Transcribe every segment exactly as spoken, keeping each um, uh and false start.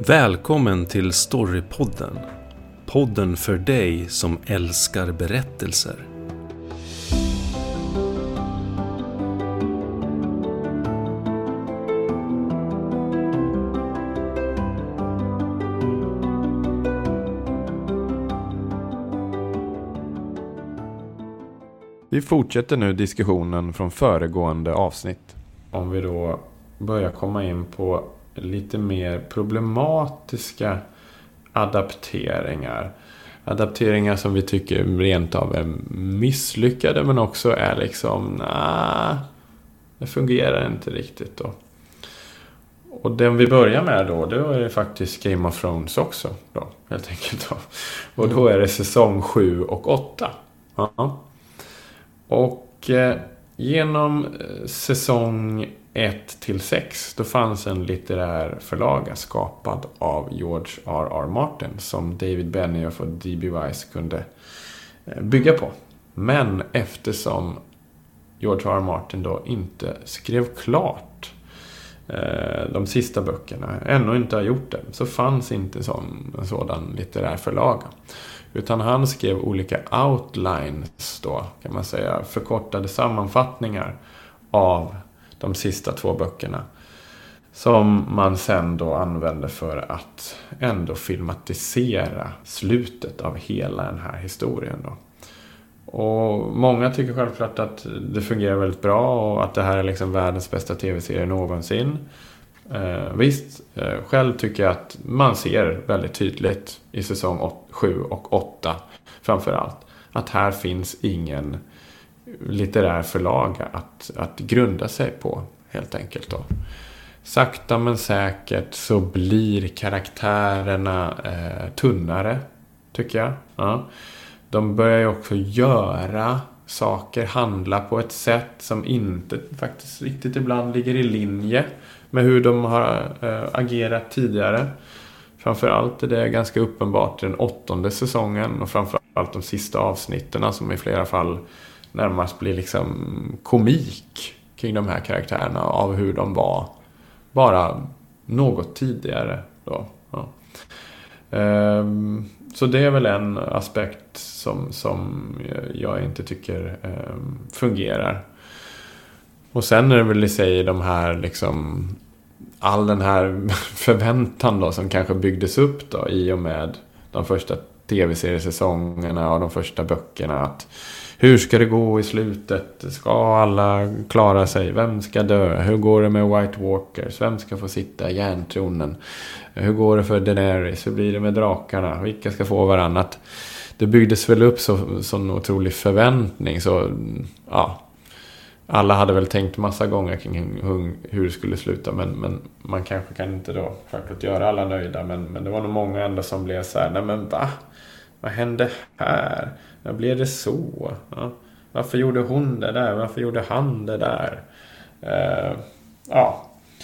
Välkommen till Storypodden. Podden för dig som älskar berättelser. Vi fortsätter nu diskussionen från föregående avsnitt. Om vi då börjar komma in på lite mer problematiska adapteringar. Adapteringar som vi tycker rent av är misslyckade, men också är liksom, nej, det fungerar inte riktigt då. Och den vi börjar med då, då är det faktiskt Game of Thrones också då, helt enkelt då. Och då är det säsong sju och åtta. Ja. Och eh, genom eh, säsong ett till sex då fanns en litterär förlaga skapad av George R R Martin som David Benioff och D B Weiss kunde eh, bygga på. Men eftersom George R R Martin då inte skrev klart eh, de sista böckerna, ännu inte har gjort det, så fanns inte sån, en sådan litterär förlaga. Utan han skrev olika outlines då, kan man säga, förkortade sammanfattningar av de sista två böckerna. Som man sen då använde för att ändå filmatisera slutet av hela den här historien då. Och många tycker självklart att det fungerar väldigt bra och att det här är liksom världens bästa tv-serie någonsin. Eh, visst, eh, själv tycker jag att man ser väldigt tydligt i säsong sju och åtta framförallt att här finns ingen litterär förlaga att, att grunda sig på, helt enkelt då. Sakta men säkert så blir karaktärerna eh, tunnare, tycker jag. Ja. De börjar ju också göra saker, handla på ett sätt som inte faktiskt riktigt ibland ligger i linje med hur de har äh, agerat tidigare. Framförallt är det ganska uppenbart i den åttonde säsongen och framförallt de sista avsnitten som i flera fall närmast blir liksom komik kring de här karaktärerna av hur de var bara något tidigare då. Ja. Ehm, så det är väl en aspekt som, som jag inte tycker ehm, fungerar. Och sen är det väl i sig de här liksom all den här förväntan då som kanske byggdes upp då i och med de första tv-seriesäsongerna och de första böckerna, att hur ska det gå i slutet? Ska alla klara sig? Vem ska dö? Hur går det med White Walkers? Vem ska få sitta i järntronen? Hur går det för Daenerys? Hur blir det med drakarna? Vilka ska få varannat? Det byggdes väl upp så, sån otrolig förväntning, så ja, alla hade väl tänkt massa gånger kring hur det skulle sluta, men, men man kanske kan inte då faktiskt göra alla nöjda, men, men det var nog många ändå som blev så här, nej men va? Vad hände här? När blev det så? Ja. Varför gjorde hon det där? Varför gjorde han det där? Uh, ja.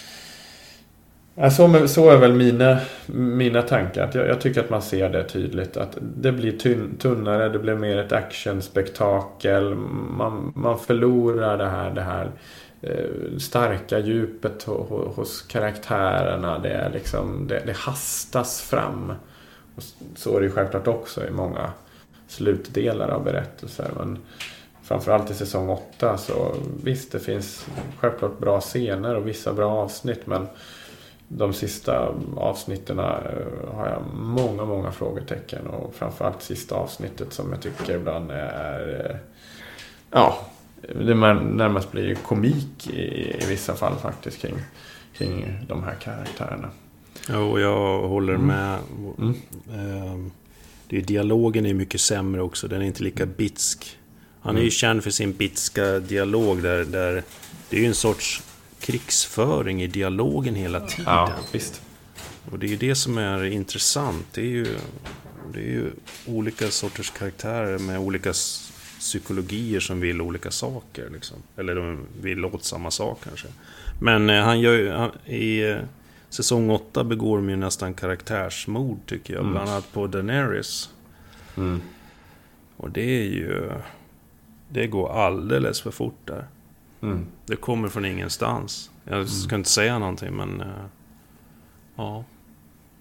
Så, så är väl mina, mina tankar. Jag, jag tycker att man ser det tydligt. Att det blir tun, tunnare, det blir mer ett actionspektakel. Man, man förlorar det här, det här eh, starka djupet hos, hos karaktärerna. Det, är liksom, det, det hastas fram. Och så är det självklart också i många slutdelar av berättelser. Men framförallt i säsong åtta så visst, det finns självklart bra scener och vissa bra avsnitt, men de sista avsnitten har jag många, många frågetecken, och framförallt sista avsnittet som jag tycker ibland är, ja, det närmast blir komik i, i vissa fall faktiskt kring, kring de här karaktärerna. Ja, och jag håller med. Mm. Mm. Det är, dialogen är mycket sämre också, den är inte lika bitsk. Han är ju känd för sin bitska dialog där, där det är ju en sorts krigsföring i dialogen hela tiden. Ja, visst. Och det är ju det som är intressant. Det är ju, det är ju olika sorters karaktärer med olika psykologier som vill olika saker liksom. Eller de vill åt samma sak kanske. Men eh, han gör ju, han, i eh, säsong åtta begår de ju nästan karaktärsmord, tycker jag. Mm. Bland annat på Daenerys. Mm. Och det är ju, det går alldeles för fort där. Mm. Det kommer från ingenstans. Jag ska mm. inte säga någonting, men uh, ja.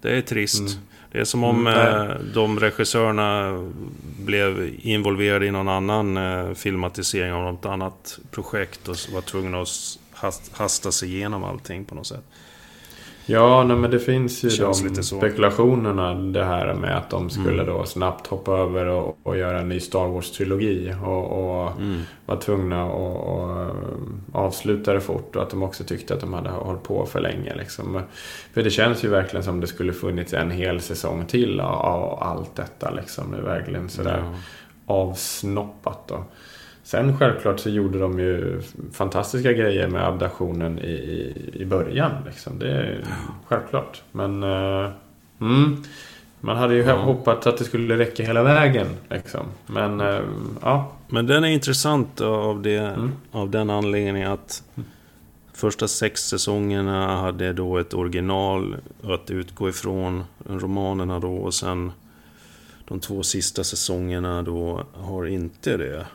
Det är trist. Mm. Det är som om Mm. eh, de regissörerna blev involverade i någon annan eh, filmatisering av något annat projekt och var tvungna att hast, hasta sig igenom allting på något sätt. Ja, nej, men det finns ju Känns de lite så. spekulationerna, det här med att de skulle Mm. då snabbt hoppa över och, och göra en ny Star Wars-trilogi och, och Mm. var tvungna att och, och avsluta det fort, och att de också tyckte att de hade hållit på för länge liksom. För det känns ju verkligen som det skulle funnits en hel säsong till av, av allt detta liksom. Det är verkligen sådär Ja. avsnoppat då. Sen självklart så gjorde de ju fantastiska grejer med adaptionen i, i, i början liksom. Det är självklart. Men uh, mm, man hade ju Ja. hoppats att det skulle räcka hela vägen liksom. Men uh, ja. Men den är intressant av, det, Mm. av den anledningen att första sex säsongerna hade då ett original att utgå ifrån, romanerna då, och sen de två sista säsongerna då har inte det.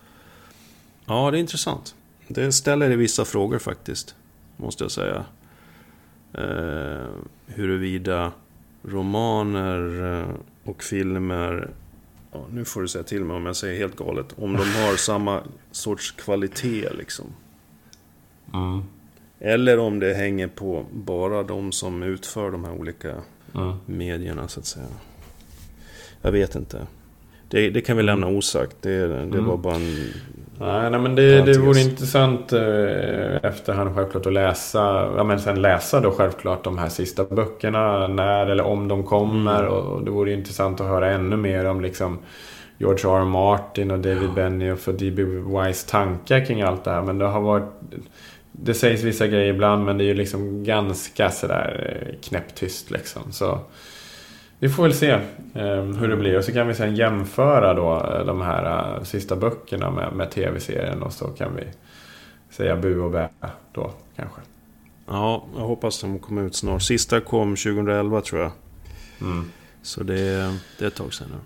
Ja, det är intressant. Det ställer i vissa frågor faktiskt, måste jag säga. Eh, huruvida romaner eh, och filmer, ja, nu får du säga till mig om jag säger helt galet, om de har samma sorts kvalitet liksom. Mm. Eller om det hänger på bara de som utför de här olika Mm. medierna så att säga. Jag vet inte. Det, det kan vi lämna osagt. Det, det Mm. var bara en... Nej, nej men det, det vore Parentes. intressant eh, efterhand självklart att läsa, ja men sen läsa då självklart de här sista böckerna när eller om de kommer, Mm. och det vore intressant att höra ännu mer om liksom George R. R. Martin och David Benioff och D B. Weiss tankar kring allt det här. Men det har varit, det sägs vissa grejer ibland, men det är ju liksom ganska sådär eh, knäpptyst liksom. Så vi får väl se eh, hur det blir. Och så kan vi sen jämföra då eh, de här eh, sista böckerna med, med tv-serien. Och så kan vi säga bu och bä då kanske. Ja, jag hoppas de kommer ut snart. Sista kom tjugoelva tror jag. Mm. Så det, det är ett tag sedan nu.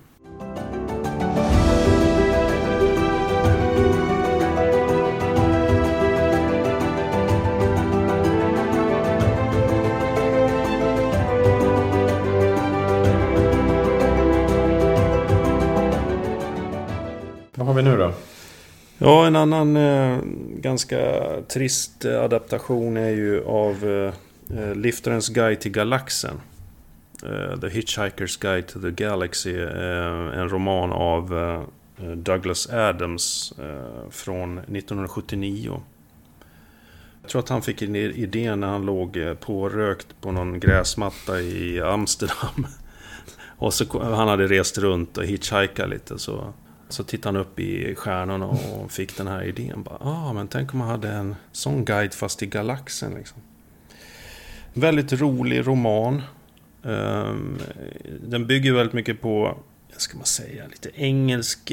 Vad har vi nu då? Ja, en annan eh, ganska trist eh, adaptation är ju av eh, Liftarens guide till galaxen. Eh, The Hitchhiker's Guide to the Galaxy. Eh, en roman av eh, Douglas Adams eh, från nittonhundrasjuttionio. Jag tror att han fick en idé när han låg eh, pårökt på någon gräsmatta i Amsterdam. Och så han hade rest runt och hitchhikat lite, så... Så tittade han upp i stjärnorna och fick den här idén. Ja, ah, men tänk om man hade en sån guide fast i galaxen. Liksom. Väldigt rolig roman. Um, den bygger väldigt mycket på, ska man säga, lite engelsk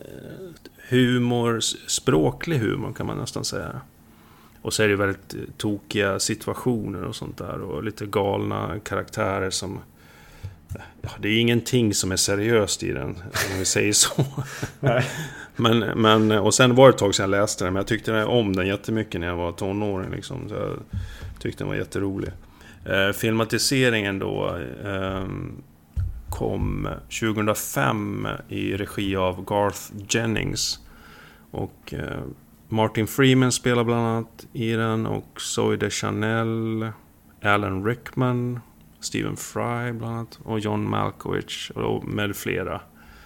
humor, språklig humor kan man nästan säga. Och så är det väldigt tokiga situationer och sånt där. Och lite galna karaktärer som... Ja, det är ingenting som är seriöst i den, om vi säger så. men, men, och sen var det ett tag sedan jag läste den, men jag tyckte om den jättemycket när jag var tonåring. Liksom, så jag tyckte den var jätterolig. Eh, filmatiseringen då eh, kom tjugohundrafem i regi av Garth Jennings. Och eh, Martin Freeman spelar bland annat i den, och Zoe Deschanel, Alan Rickman, Stephen Fry bland annat, och John Malkovich och med flera.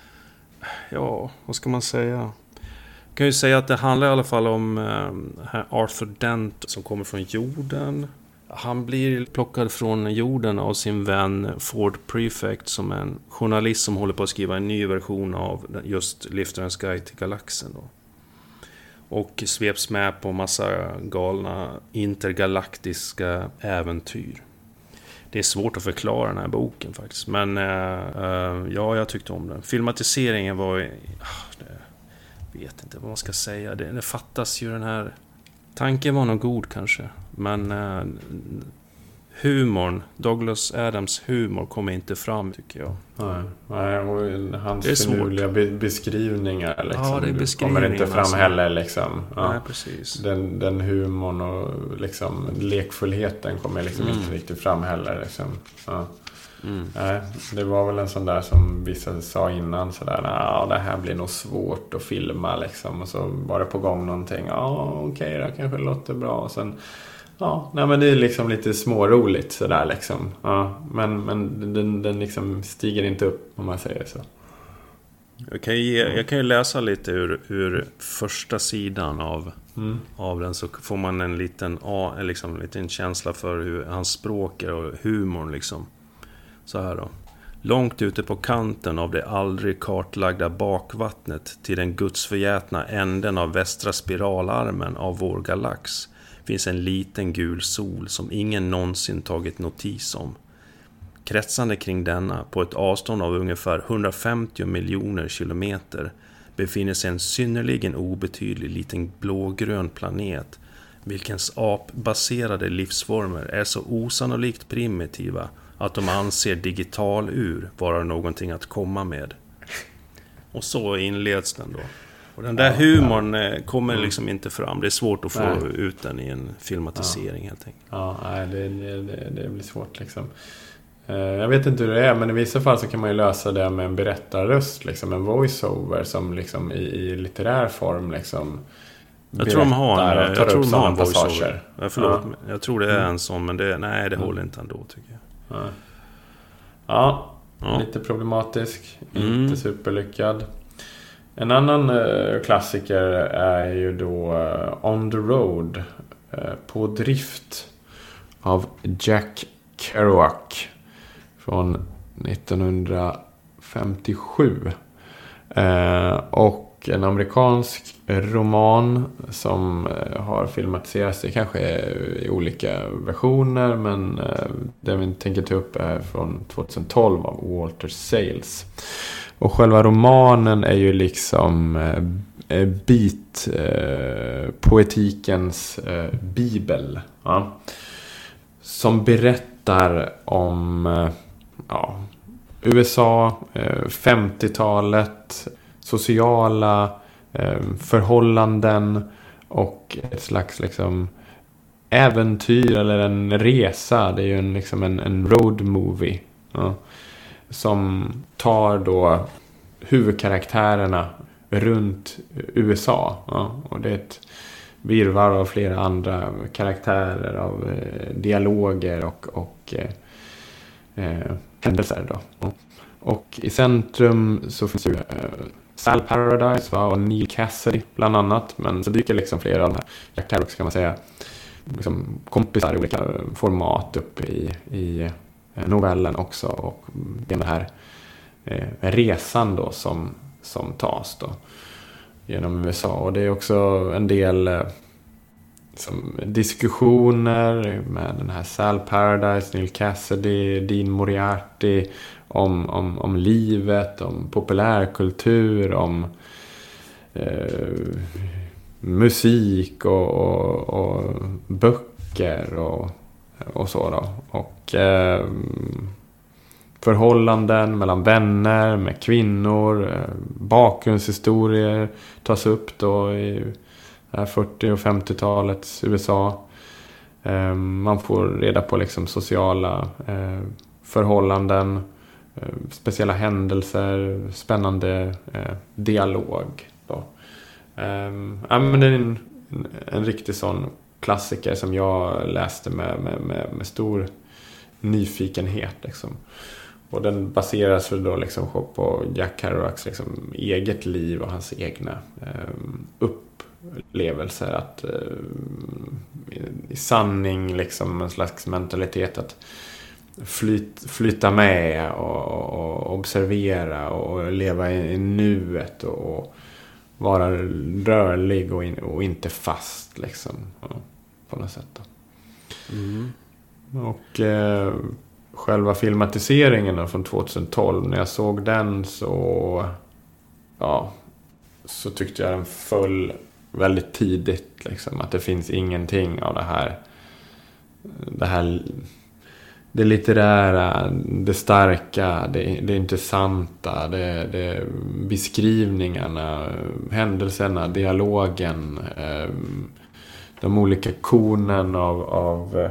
Ja, vad ska man säga? Jag kan ju säga att det handlar i alla fall om eh, Arthur Dent som kommer från jorden. Han blir plockad från jorden av sin vän Ford Prefect, som är en journalist som håller på att skriva en ny version av just Liftarens guide till galaxen då. Och sveps med på massa galna intergalaktiska äventyr. Det är svårt att förklara den här boken faktiskt. Men uh, ja, jag tyckte om den. Filmatiseringen var... Uh, det, vet inte vad man ska säga. Det, det fattas ju den här... Tanken var nog god kanske. Men uh, humorn, Douglas Adams humor kommer inte fram, tycker jag. Nej, nej, och hans Det är svårt. finurliga be- beskrivningar liksom, Ja, det är kommer beskrivningarna inte fram som- heller liksom. Ja. Nej, precis. Den, den humorn och liksom lekfullheten kommer liksom Mm. inte riktigt fram heller liksom. Ja. Mm. Nej, det var väl en sån där som vissa sa innan sådär, ja det här blir nog svårt att filma liksom, och så var det på gång någonting, ja okej, det kanske låter bra, och sen ja, nej men det är liksom lite småroligt sådär liksom, ja, men, men den, den liksom stiger inte upp om man säger så. Jag kan ju, ge, jag kan ju läsa lite ur, ur första sidan av, Mm. av den, så får man en liten, ja, liksom, en liten känsla för hur hans språk är och humorn liksom. Så här då. Långt ute på kanten av det aldrig kartlagda bakvattnet till den gudsförgätna änden av västra spiralarmen av vår galax finns en liten gul sol som ingen någonsin tagit notis om. Kretsande kring denna, på ett avstånd av ungefär hundrafemtio miljoner kilometer, befinner sig en synnerligen obetydlig liten blågrön planet, vilkens apbaserade livsformer är så osannolikt primitiva att de anser digitalur vara någonting att komma med. Och så inleds den då. Och den där Ja, humorn ja. kommer liksom inte fram. Det är svårt att få Nej. ut den i en filmatisering Ja. helt enkelt. Ja, nej, det, det, det, det blir svårt liksom. Eh, Jag vet inte hur det är, men i vissa fall så kan man ju lösa det med en berättarröst, liksom en voiceover som liksom i, i litterär form liksom. Jag tror de har en, berättar och tar jag tror upp de har en sådana voiceover. passager. Ja, förlåt, Ja. men jag tror det är Mm. en sån, men det, nej, det Mm. håller inte ändå, tycker jag. Ja, ja, Ja. lite problematisk, Mm. inte superlyckad. En annan eh, klassiker är ju då eh, On the Road, eh, På drift, av Jack Kerouac från nittonhundrafemtiosju. Eh, och en amerikansk roman som eh, har filmatiserats i kanske i olika versioner, men eh, det vi tänker ta upp är från tjugohundratolv av Walter Sayles. Och själva romanen är ju liksom eh, beat eh, poetikens eh, bibel, ja, som berättar om eh, ja, U S A, eh, femtiotalet, sociala eh, förhållanden och ett slags liksom äventyr eller en resa. Det är ju en, liksom en, en road movie, ja, som tar då huvudkaraktärerna runt U S A, ja, och det är ett virrvarr av flera andra karaktärer, av eh, dialoger och, och eh, eh, händelser då. Och i centrum så finns ju eh, Sal Paradise, va, och Neil Cassidy bland annat, men så dyker liksom flera av de här Jack Kerouac, kan man säga, liksom kompisar i olika format upp i, i novellen också, och den här eh, resan då som, som tas då genom U S A. Och det är också en del eh, som diskussioner med den här Sal Paradise, Neil Cassidy, Dean Moriarty om, om, om livet, om populärkultur, om eh, musik och, och, och böcker och, och så då. Och eh, förhållanden mellan vänner, med kvinnor, eh, bakgrundshistorier tas upp då i fyrtio- och femtiotalets U S A. Eh, man får reda på liksom sociala eh, förhållanden, eh, speciella händelser, spännande eh, dialog då. Eh, ja, men det är en, en, en riktig sån klassiker som jag läste med, med, med, med stor nyfikenhet liksom. Och den baseras väl då liksom på Jack Kerouacs liksom eget liv och hans egna eh, upplevelser, att eh, i, i sanning liksom en slags mentalitet att flyt, flyta med och, och observera och leva i, i nuet och, och vara rörlig och, in, och inte fast liksom, ja, på något sätt då. Mm. Och eh, själva filmatiseringen från tjugohundratolv, när jag såg den så ja, så tyckte jag den föll väldigt tidigt liksom, att det finns ingenting av det här det här det litterära, det starka, det, det intressanta, det, det beskrivningarna, händelserna, dialogen, de olika konen av, av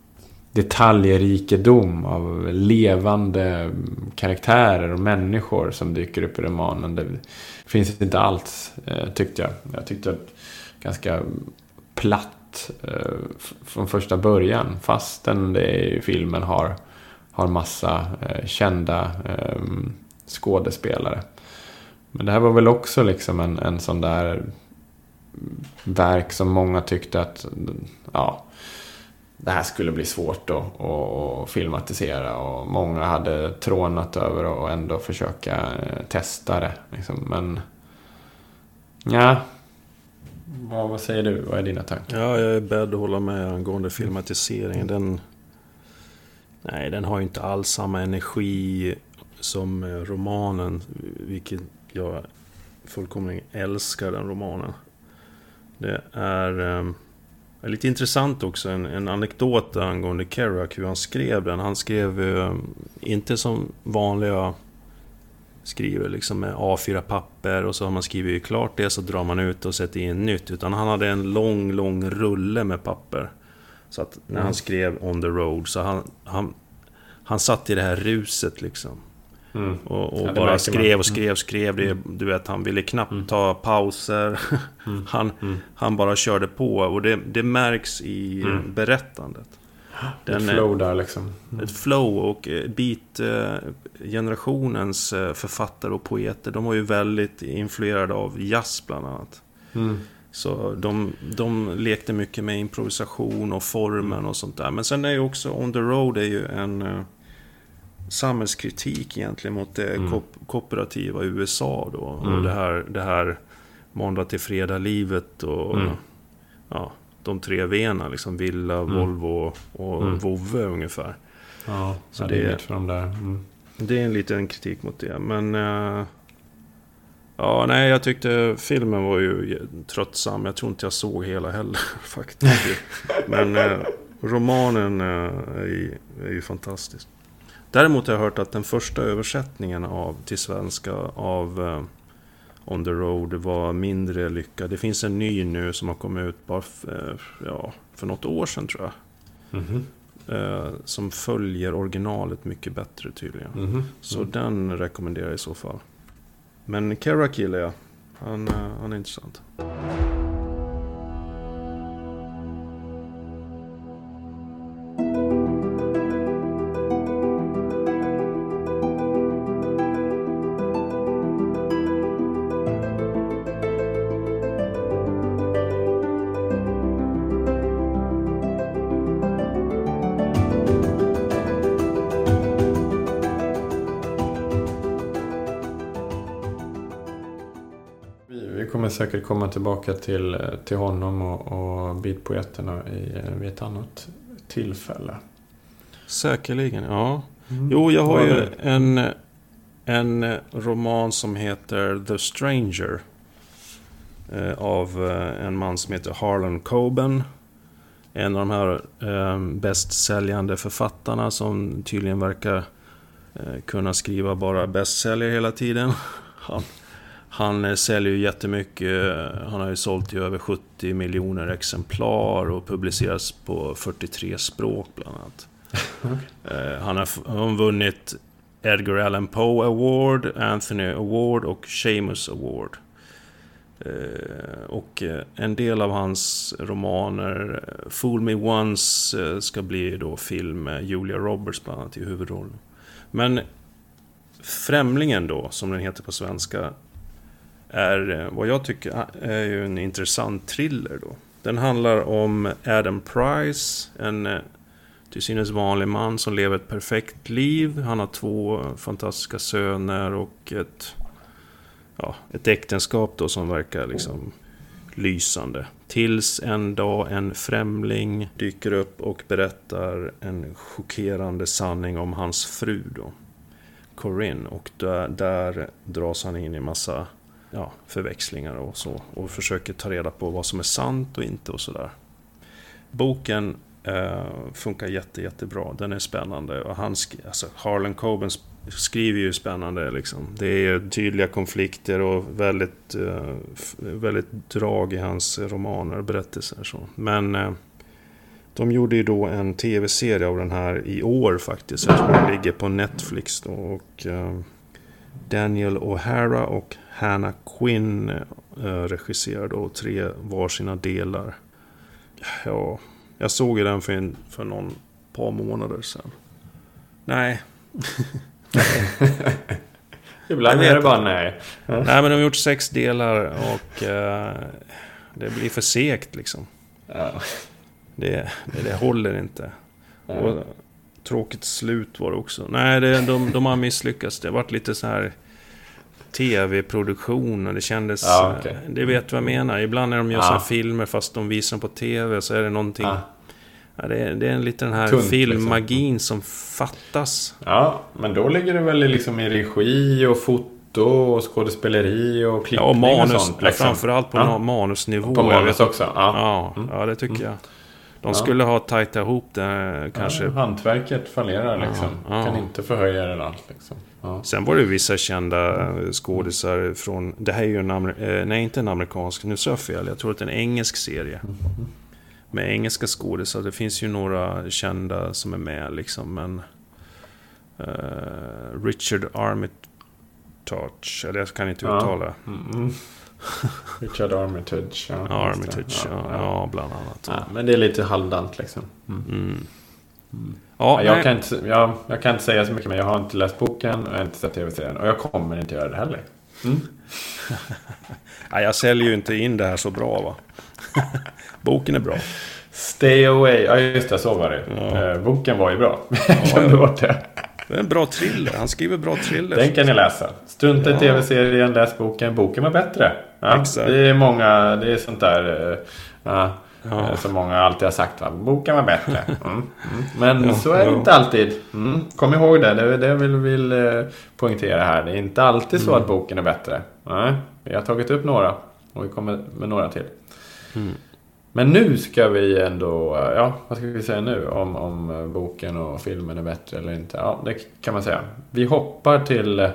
detaljrikedom, av levande karaktärer och människor som dyker upp i romanen. Det finns inte alls, tyckte jag. Jag tyckte att ganska platt från första början, fastän det i filmen har, har massa kända skådespelare. Men det här var väl också liksom en, en sån där verk som många tyckte att ja, det här skulle bli svårt att, att filmatisera, och många hade trånat över och ändå försöka testa det liksom. Men ja, vad, vad säger du? Vad är dina tankar? Ja, jag är beredd att hålla med angående filmatiseringen. Den, nej, den har ju inte alls samma energi som romanen, vilket jag fullkomligt älskar, den romanen. Det är, eh, är lite intressant också, en, en anekdot angående Kerouac, hur han skrev den. Han skrev eh, inte som vanliga skriver liksom med A fyra papper, och så har man skrivit klart det, så drar man ut och sätter in nytt, utan han hade en lång, lång rulle med papper. Så att när mm. han skrev On the Road, så han, han, han satt i det här ruset liksom. Mm. Och, och ja, bara skrev och skrev och skrev det, du vet, han ville knappt mm. ta pauser. mm. han, mm. han bara körde på, och det, det märks i mm. berättandet. Den, ett flow där liksom. mm. Ett flow, och beat generationens författare och poeter, de var ju väldigt influerade av jazz bland annat. Mm. Så de, de lekte mycket med improvisation och formen och sånt där. Men sen är ju också On the Road är ju en samhällskritik egentligen mot det mm. ko- kooperativa U S A då, mm. och det här, det här måndag till fredag livet och mm. ja, de tre V:na liksom, Villa, mm. Volvo och mm. Vove ungefär. Ja, så det är för de där. Mm. Det är en liten kritik mot det, men uh, ja, nej, jag tyckte filmen var ju tröttsam. Jag tror inte jag såg hela heller faktiskt. Men uh, romanen uh, är, ju, är ju fantastisk. Däremot har jag hört att den första översättningen av till svenska av uh, On the Road var mindre lyckad. Det finns en ny nu som har kommit ut bara för, ja, för något år sedan tror jag. Mm-hmm. Uh, som följer originalet mycket bättre tydligen. Mm-hmm. Så mm. den rekommenderar jag i så fall. Men Kerouac gillar jag. Han, uh, han är intressant. Säkert komma tillbaka till, till honom och, och beatpoeterna i, vid ett annat tillfälle. Säkerligen, ja. Mm. Jo, jag har ju en, en roman som heter The Stranger eh, av en man som heter Harlan Coben. En av de här eh, bästsäljande författarna som tydligen verkar eh, kunna skriva bara bästsäljer hela tiden. Han Han säljer ju jättemycket. Han har ju sålt i över sjuttio miljoner exemplar och publiceras på fyrtiotre språk bland annat. Okay. Han har, han har vunnit Edgar Allan Poe Award, Anthony Award och Shamus Award. Och en del av hans romaner, Fool Me Once, ska bli då film med Julia Roberts bland annat i huvudrollen. Men Främlingen då, som den heter på svenska, är vad jag tycker är ju en intressant thriller då. Den handlar om Adam Price, en till synes vanlig man som lever ett perfekt liv. Han har två fantastiska söner och ett, ja, ett äktenskap då som verkar liksom lysande. Tills en dag en främling dyker upp och berättar en chockerande sanning om hans fru då, Corinne. Och där, där dras han in i massa ja, förväxlingar och så, och försöker ta reda på vad som är sant och inte och sådär. Boken Uh, funkar jätte, jättebra. Den är spännande. Och han sk- alltså Harlan Coben skriver ju spännande liksom. Det är tydliga konflikter och väldigt, uh, f- väldigt drag i hans romaner och berättelser. Så. Men uh, de gjorde ju då en tv-serie av den här i år faktiskt. Jag tror den ligger på Netflix då. Och uh, Daniel O'Hara och Hannah Quinn uh, regisserar då tre varsina delar. Ja... Jag såg ju den för, en, för någon par månader sedan. Nej. Ibland är det bara nej. Ja. Nej, men de har gjort sex delar och uh, det blir för segt liksom. Ja. Det, det, det håller inte. Ja. Och tråkigt slut var det också. Nej, det, de, de har misslyckats. Det har varit lite så här tv-produktion och det kändes... Ja, okay. Det vet vad jag menar. Ibland när de gör ja. såna filmer fast de visar dem på tv så är det någonting... Ja. Ja, det, är, det är lite den här Tunt, filmmagin liksom. som fattas. Ja, men då ligger det väl liksom i regi och foto och skådespeleri och klippning, ja, och manus, och sånt. Liksom. Ja, framförallt på ja. manusnivå. Och på manus också. Ja, ja, mm. ja det tycker mm. jag. De ja. skulle ha tajtat ihop det kanske. Ja, hantverket fallerar liksom. Ja, ja. Kan inte förhöja det allt liksom. Ja. Sen var det vissa kända skådisar från... Det här är ju en... Amer, nej, inte en amerikansk. Nu sa jag fel. Jag tror att det är en engelsk serie. Mm. Med engelska skådisar. Det finns ju några kända som är med liksom. Men... Uh, Richard Armitage. Eller jag kan inte uttala. Ja. Mm. Richard Armitage. Ja, Armitage, ja, ja, ja, bland annat. Ja, men det är lite halvdant liksom. Mm. Mm. Mm. Ja, jag, kan inte, jag, jag kan inte säga så mycket, men jag har inte läst boken och jag har inte sett tv-serien. Och jag kommer inte göra det heller. Mm. Ja, jag säljer ju inte in det här så bra, va? Boken är bra. Stay away. Ja, just det, så var det. Ja. Boken var ju bra. Jag glömde bort det. Det är en bra thriller. Han skriver bra thriller. Den kan ni läsa. Strunta i ja. tv-serien, läs boken. Boken var bättre. Ja, exakt. Det är många, det är sånt där... Ja. Ja. Som många alltid har sagt, va? Boken var bättre. Mm. Mm. Men ja, så är det ja. inte alltid. Mm. Kom ihåg det, det är det jag vill, vill poängtera här. Det är inte alltid så mm. att boken är bättre. Nej, vi har tagit upp några och vi kommer med några till. Mm. Men nu ska vi ändå, ja, vad ska vi säga nu om, om boken och filmen är bättre eller inte? Ja, det kan man säga. Vi hoppar till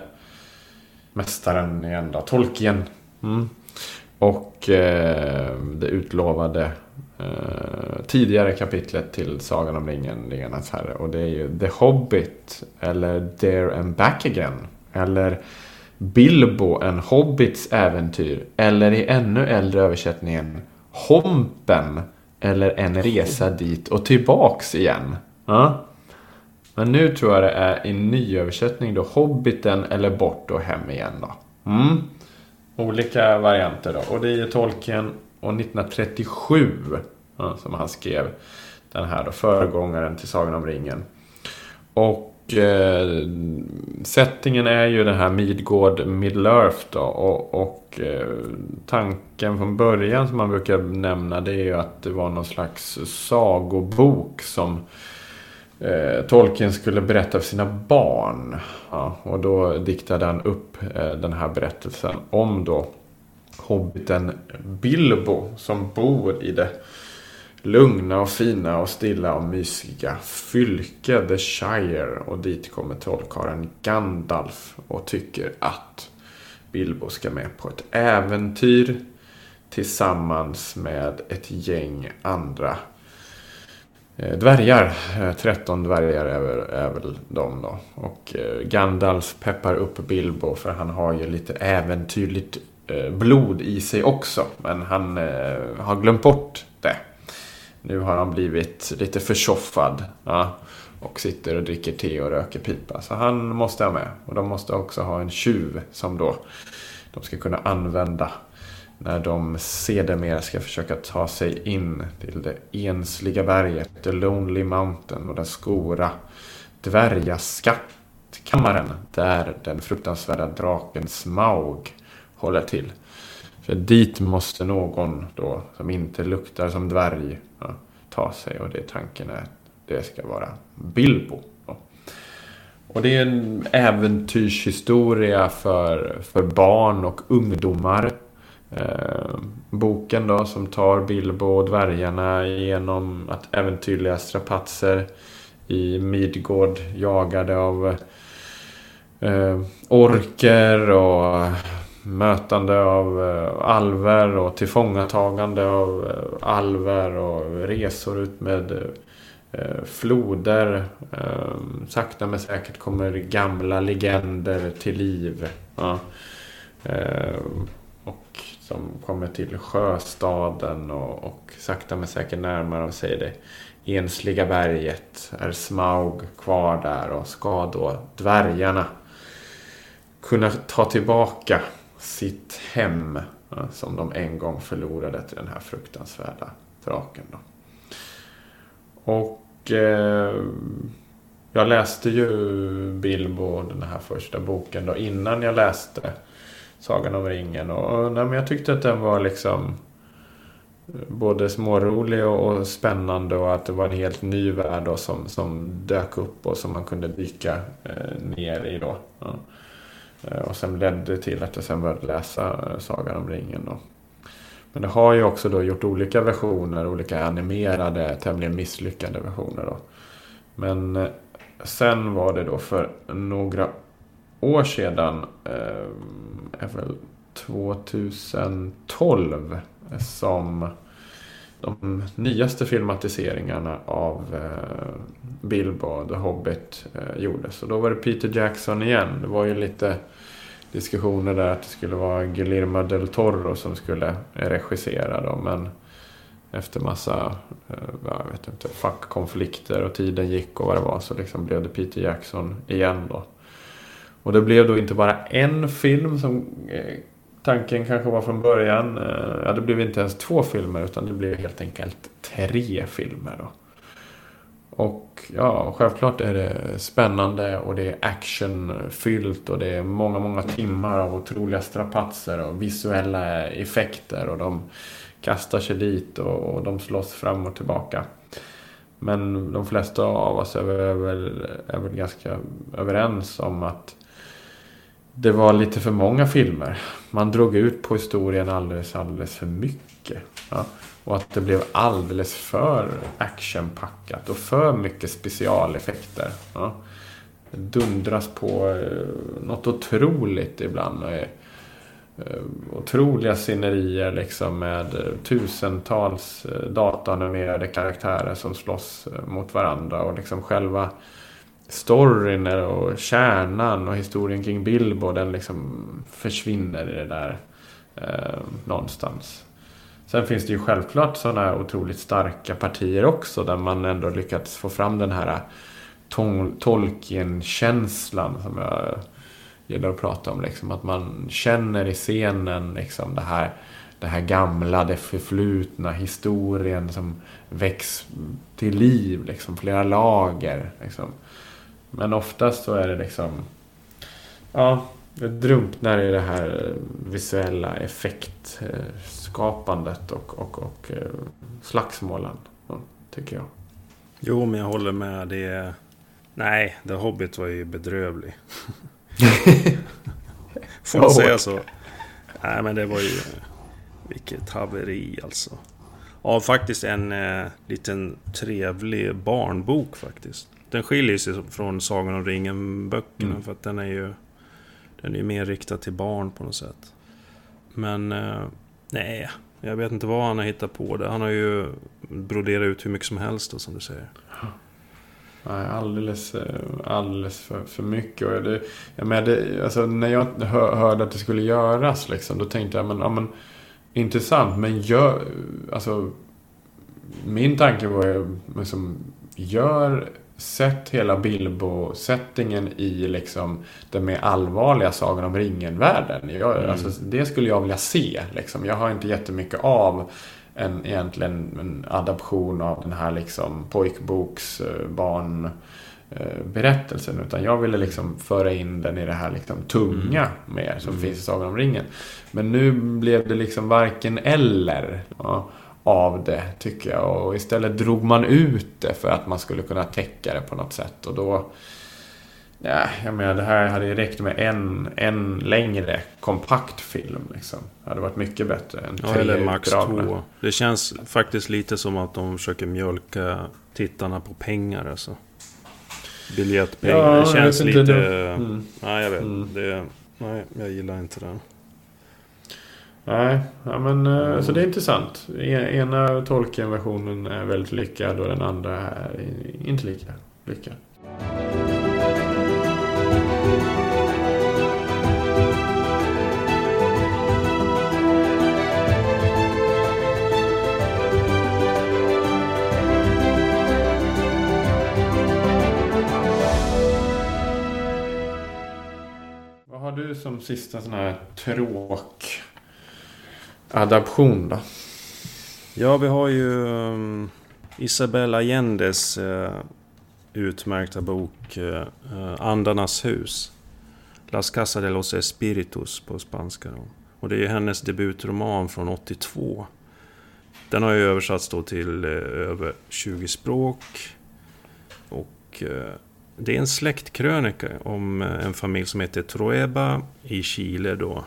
mästaren igen då, Tolkien. Mm. Och eh, det utlovade eh, tidigare kapitlet till Sagan om ringen, Ringarnas herre. Och det är ju The Hobbit, eller There and Back Again, eller Bilbo, en hobbits äventyr, eller i ännu äldre översättningen Hompen, eller en resa dit och tillbaks igen. Ja. Men nu tror jag det är i ny översättning då, Hobbiten eller bort och hem igen då. Mm. Olika varianter då. Och det är ju Tolkien och nittonhundratrettiosju ja, som han skrev den här då, föregångaren till Sagan om ringen. Och eh, settingen är ju den här Midgård, Middle-earth då. Och, och eh, tanken från början som man brukar nämna, det är ju att det var någon slags sagobok som Eh, Tolkien skulle berätta för sina barn. Ja, och då diktade han upp eh, den här berättelsen om då hobbiten Bilbo som bor i det lugna och fina och stilla och mysiga fylke The Shire. Och dit kommer trollkarlen Gandalf och tycker att Bilbo ska med på ett äventyr tillsammans med ett gäng andra dvärgar, tretton dvärgar är väl, är väl de då. Och Gandalf peppar upp Bilbo för han har ju lite äventyrligt blod i sig också. Men han har glömt bort det. Nu har han blivit lite försoffad, ja, och sitter och dricker te och röker pipa. Så han måste ha med. Och de måste också ha en tjuv som då de ska kunna använda när de sedermera ska försöka ta sig in till det ensliga berget, The Lonely Mountain, och den skora dvärgaskattkammaren där den fruktansvärda draken Smaug håller till. För dit måste någon då som inte luktar som dvärg, ja, ta sig, och det tanken är att det ska vara Bilbo. Och det är en äventyrshistoria för, för barn och ungdomar. eh, boken då, som tar Bilbo och dvärgarna genom att äventyrliga strapatser i Midgård, jagade av eh, orker och mötande av eh, alver och tillfångatagande av eh, alver och resor ut med eh, floder. Eh, sakta men säkert kommer gamla legender till liv. Ja. Eh, och som kommer till sjöstaden och, och sakta men säkert närmare av sig det ensliga berget. Är Smaug kvar där och ska då dvärgarna kunna ta tillbaka sitt hem, ja, som de en gång förlorade till den här fruktansvärda draken då. Och eh, jag läste ju Bilbo, den här första boken då, innan jag läste Sagan om ringen. Och nej, men jag tyckte att den var liksom både smårolig och, och spännande, och att det var en helt ny värld då, som, som dök upp och som man kunde dyka eh, ner i då. Ja. Och sen ledde det till att jag sen började läsa Sagan om ringen då. Men det har ju också då gjort olika versioner, olika animerade, tämligen misslyckade versioner då. Men sen var det då för några år sedan, eh, är väl tjugotolv, som de nyaste filmatiseringarna av eh, Bilbo The Hobbit eh, gjordes. Och då var det Peter Jackson igen. Det var ju lite diskussioner där att det skulle vara Guillermo del Toro som skulle regissera då, men efter massa eh, jag vet inte, fackkonflikter och tiden gick och vad det var, så liksom blev det Peter Jackson igen då. Och det blev då inte bara en film som eh, tanken kanske var från början. Ja, det blev inte ens två filmer, utan det blev helt enkelt tre filmer då. Och ja, självklart är det spännande och det är actionfyllt och det är många, många timmar av otroliga strapatser och visuella effekter, och de kastar sig dit och, och de slåss fram och tillbaka. Men de flesta av oss är väl, är väl ganska överens om att det var lite för många filmer. Man drog ut på historien alldeles, alldeles för mycket. Ja. Och att det blev alldeles för actionpackat och för mycket specialeffekter. Ja. Det dundras på eh, något otroligt ibland. Eh, otroliga scenerier liksom, med tusentals eh, datanimerade karaktärer som slåss eh, mot varandra. Och liksom själva storyn och kärnan och historien kring Bilbo, den liksom försvinner i det där eh, någonstans. Sen finns det ju självklart sådana här otroligt starka partier också, där man ändå lyckats få fram den här tol- Tolkien-känslan som jag gillar att prata om, liksom, att man känner i scenen liksom det här, det här gamla, det förflutna, historien som väcks till liv, liksom, flera lager liksom. Men oftast så är det liksom, ja, det drunknar i det här visuella effektskapandet och, och, och slagsmålen, tycker jag. Jo, men jag håller med. Det, nej, The Hobbit var ju bedrövlig. Får man säga så? Nej, men det var ju vilket haveri alltså. Ja, faktiskt en eh, liten trevlig barnbok faktiskt. Den skiljer sig från Sagan om ringen-böckerna, mm. för att den är ju den är mer riktad till barn på något sätt. Men eh, nej, jag vet inte vad han har hittat på det. Han har ju broderat ut hur mycket som helst då, som du säger. Nej, alldeles, alldeles för, för mycket. Och det, jag med det, alltså, när jag hör, hörde att det skulle göras liksom, då tänkte jag, men, ja, men intressant, men gör, alltså, min tanke var ju liksom, gör, sätt hela Bilbo-settingen i liksom den mer allvarliga Sagan om ringen-världen. Jag, mm. alltså, det skulle jag vilja se liksom. Jag har inte jättemycket av en, egentligen en adaption av den här liksom pojkboks barn berättelsen, utan jag ville liksom föra in den i det här liksom tunga mm. mer som mm. finns i Sagan om ringen. Men nu blev det liksom varken eller, ja, av det, tycker jag, och istället drog man ut det för att man skulle kunna täcka det på något sätt, och då Ja, jag menar, det här hade ju räckt med en, en längre kompakt film liksom. Det hade varit mycket bättre än ja, tre eller max utdragna. två. Det känns faktiskt lite som att de försöker mjölka tittarna på pengar alltså. Biljettpengar. Ja, det känns lite... det. Mm. Nej, jag vet. Mm. Det... Nej, jag gillar inte den. Nej, ja, men mm. så det är intressant. Ena Tolkien-versionen är väldigt lyckad och den andra är inte lika lyckad. Vad har du som sista sån här tråk adaption då? Ja, vi har ju um, Isabel Allendes uh, utmärkta bok uh, Andarnas hus. Las Casas de los Espíritus på spanska då. Och det är ju hennes debutroman från åttiotvå. Den har ju översatts då till uh, över tjugo språk. Och uh, det är en släktkrönika om uh, en familj som heter Trueba i Chile då.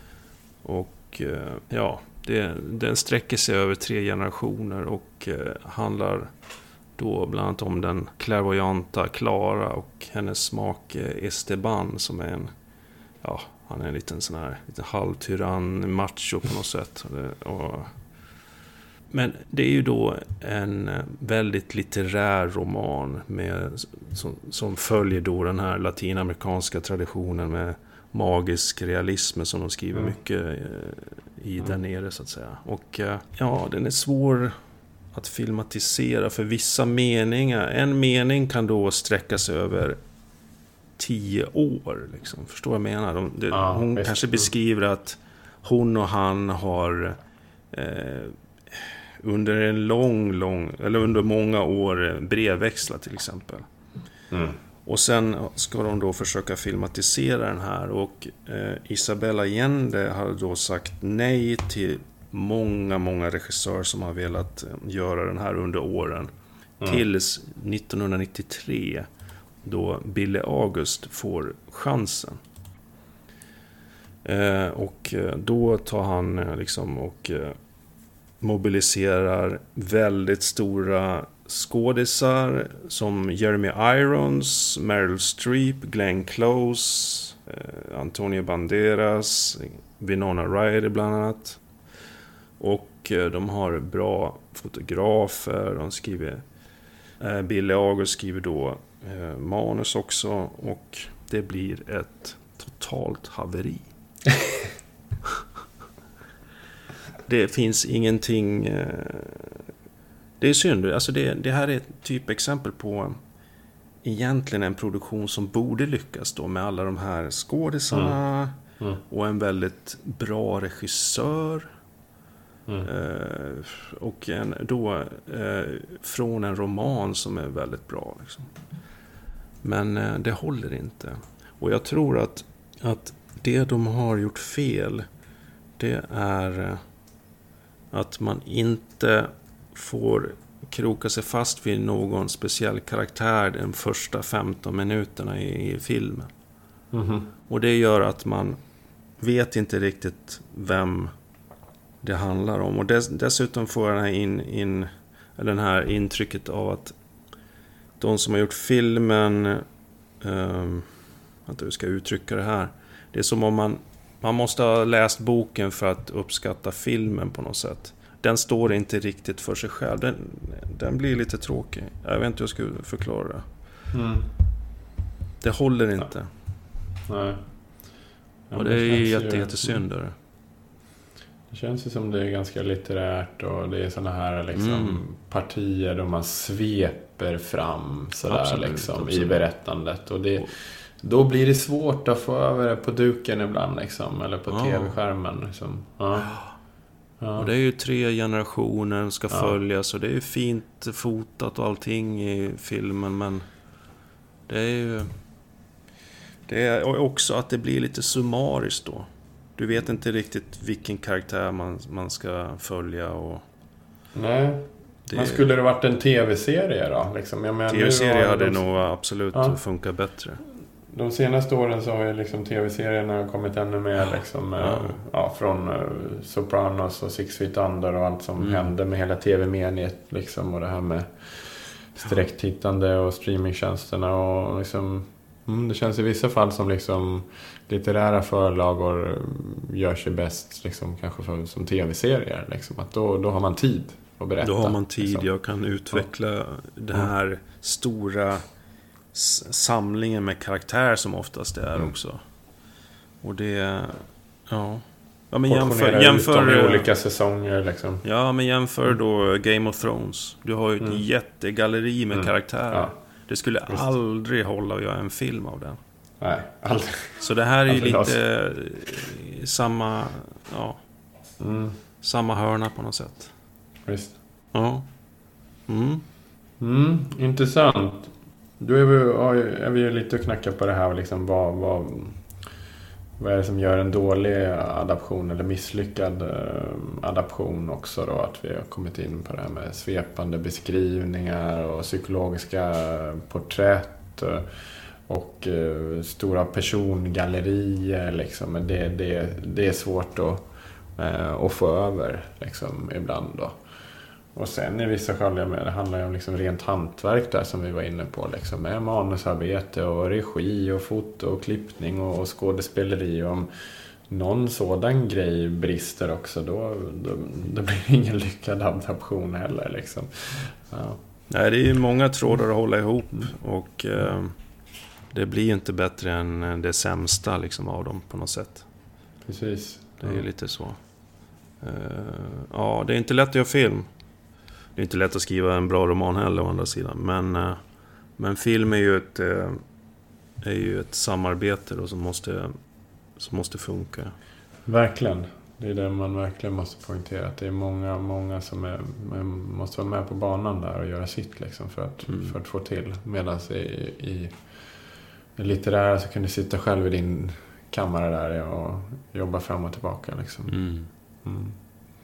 Och uh, ja, det, den sträcker sig över tre generationer och uh, handlar då bland annat om den clairvoyanta Clara och hennes make Esteban som är en, ja, han är en liten sån här liten halvtyrann macho på något sätt. Och, men det är ju då en väldigt litterär roman med, som, som följer då den här latinamerikanska traditionen med magisk realism som de skriver mm. mycket i mm. där nere så att säga. Och ja, den är svår att filmatisera för vissa meningar. En mening kan då sträcka sig över tio år. Liksom. Förstår vad jag menar? De, det, ja, hon visst. Kanske beskriver att hon och han har eh, under en lång, lång, eller under många år brevväxlat till exempel. Mm. Och sen ska de då försöka filmatisera den här. Och eh, Isabel Allende har då sagt nej till många, många regissörer som har velat göra den här under åren. Mm. Tills nittonhundranittiotre då Billy August får chansen. Eh, och då tar han eh, liksom och eh, mobiliserar väldigt stora skådisar som Jeremy Irons, Meryl Streep, Glenn Close, eh, Antonio Banderas, Winona Ryder bland annat. Och eh, de har bra fotografer, de skriver eh, Billy August skriver då eh, manus också och det blir ett totalt haveri. Det finns ingenting eh, det är synd, alltså det, det här är ett typexempel på egentligen en produktion som borde lyckas då med alla de här skådisarna mm. Mm. och en väldigt bra regissör. Mm. Eh, och en, då eh, från en roman som är väldigt bra liksom. Men eh, det håller inte. Och jag tror att, att det de har gjort fel, det är eh, att man inte får kroka sig fast vid någon speciell karaktär den första femton minuterna i, i filmen. Mm-hmm. Och det gör att man vet inte riktigt vem det handlar om. Och dess, dessutom får jag den här, in, in, den här intrycket av att de som har gjort filmen um, att jag ska uttrycka det här, det är som om man man måste ha läst boken för att uppskatta filmen på något sätt. Den står inte riktigt för sig själv. Den, den blir lite tråkig. Jag vet inte hur jag ska förklara det. Mm. Det håller inte. Ja. Nej. Ja, och det, det är jätte, jättesynd. Mm. Det känns ju som det är ganska litterärt och det är såna här liksom mm. partier där man sveper fram sådär absolut, liksom absolut. I berättandet. Och det, då blir det svårt att få över det på duken ibland liksom, eller på ja. tv-skärmen. Liksom. Ja. Ja. Och det är ju tre generationer ska ja. följas och det är ju fint fotat och allting i filmen, men det är ju det är också att det blir lite summariskt då. Du vet inte riktigt vilken karaktär man, man ska följa och nej. Det... Men skulle det varit en tv-serie då? Liksom, jag menar, tv-serie hade de... nog absolut ja. funkat bättre. de senaste åren så har ju liksom tv-serierna kommit ännu mer liksom, ja. Ja, från uh, Sopranos och Six Feet Under och allt som mm. hände med hela tv-mediet liksom, och det här med sträcktittande och streamingtjänsterna och liksom, mm, det känns i vissa fall som liksom litterära förlagor gör sig bäst liksom, kanske för, som tv-serier liksom, att då, då har man tid att berätta. Då har man tid, liksom. Jag kan utveckla ja. den här mm. stora samlingen med karaktär som oftast det är mm. också. Och det, ja. Ja, men jämför, jämför olika säsonger liksom. Ja, men jämför då Game of Thrones. Du har ju ett mm. jättegalleri med mm. karaktärer. Ja. Det skulle Just. aldrig hålla att göra en film av den. Nej, aldrig. Så det här är ju lite samma, ja, mm. samma hörna på något sätt. Visst. Ja. Mm. Mm, intressant. Då är vi, är vi ju lite och knackar på det här liksom, vad, vad, vad är det som gör en dålig adaption eller misslyckad eh, adaption också då, att vi har kommit in på det här med svepande beskrivningar och psykologiska porträtt och, och eh, stora persongallerier liksom, men det, det, det är svårt att, eh, att få över liksom, ibland då. Och sen i vissa fall, det handlar ju om liksom rent hantverk där som vi var inne på. Liksom, med manusarbete och regi och foto och klippning och, och skådespeleri. Och om någon sådan grej brister också, då, då, då blir det ingen lyckad adaption heller. Liksom. Ja. Nej, det är ju många trådar att hålla ihop. Och eh, det blir inte bättre än det sämsta liksom, av dem på något sätt. Precis. Det är ju lite så. Eh, ja, det är inte lätt att göra film. Det är inte lätt att skriva en bra roman heller å andra sidan. Men, men film är ju ett, är ju ett samarbete då, som, måste, som måste funka. Verkligen. Det är det man verkligen måste poängtera. Att det är många, många som är, måste vara med på banan där och göra sitt liksom, för, att, mm. för att få till. Medan i, i det litterära så kan du sitta själv i din kammare där och jobba fram och tillbaka. Liksom. Mm. Mm.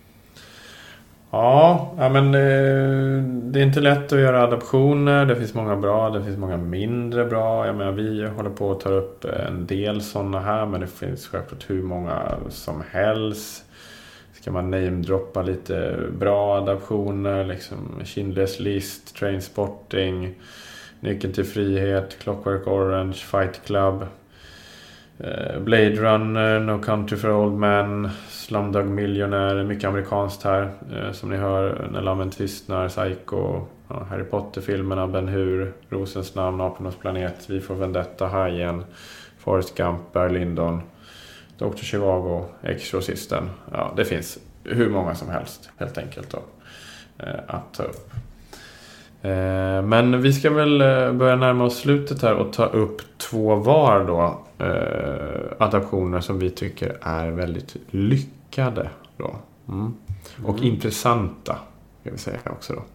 Ja, men det är inte lätt att göra adaptioner. Det finns många bra, det finns många mindre bra. Jag menar, vi håller på att ta upp en del sådana här, men det finns självklart hur många som helst. Ska man namedroppa lite bra adaptioner, liksom Schindler's List, Trainspotting, Nyckeln till frihet, Clockwork Orange, Fight Club, Blade Runner, No Country for Old Men, Slumdog Millionaire, mycket amerikanskt här, som ni hör, När lammen tystnar, Psycho, ja, Harry Potter-filmerna, Ben Hur, Rosens namn, Apornas planet, Vi får vendetta, Hajen, Forrest Gump, Barry Lyndon, doktor Zhivago, Exorcisten. Ja, det finns hur många som helst helt enkelt då, att ta upp. Men vi ska väl börja närma oss slutet här och ta upp två var då, eh, adaptioner som vi tycker är väldigt lyckade då. Mm. Och mm. intressanta, ska vi säga också då.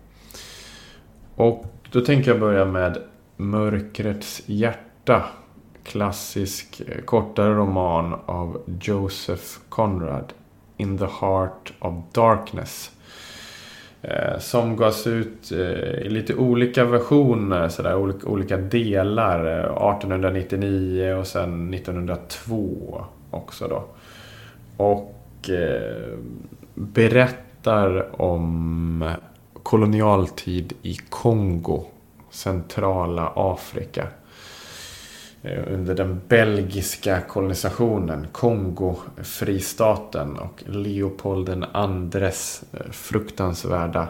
Och då tänker jag börja med Mörkrets hjärta, klassisk kortare roman av Joseph Conrad, In the Heart of Darkness. Som gavs ut i lite olika versioner, sådär, olika, olika delar, arton nittionio och sen nittonhundratvå också då. Och eh, berättar om kolonialtid i Kongo, centrala Afrika. Under den belgiska kolonisationen, Kongo-fristaten och Leopold den andres fruktansvärda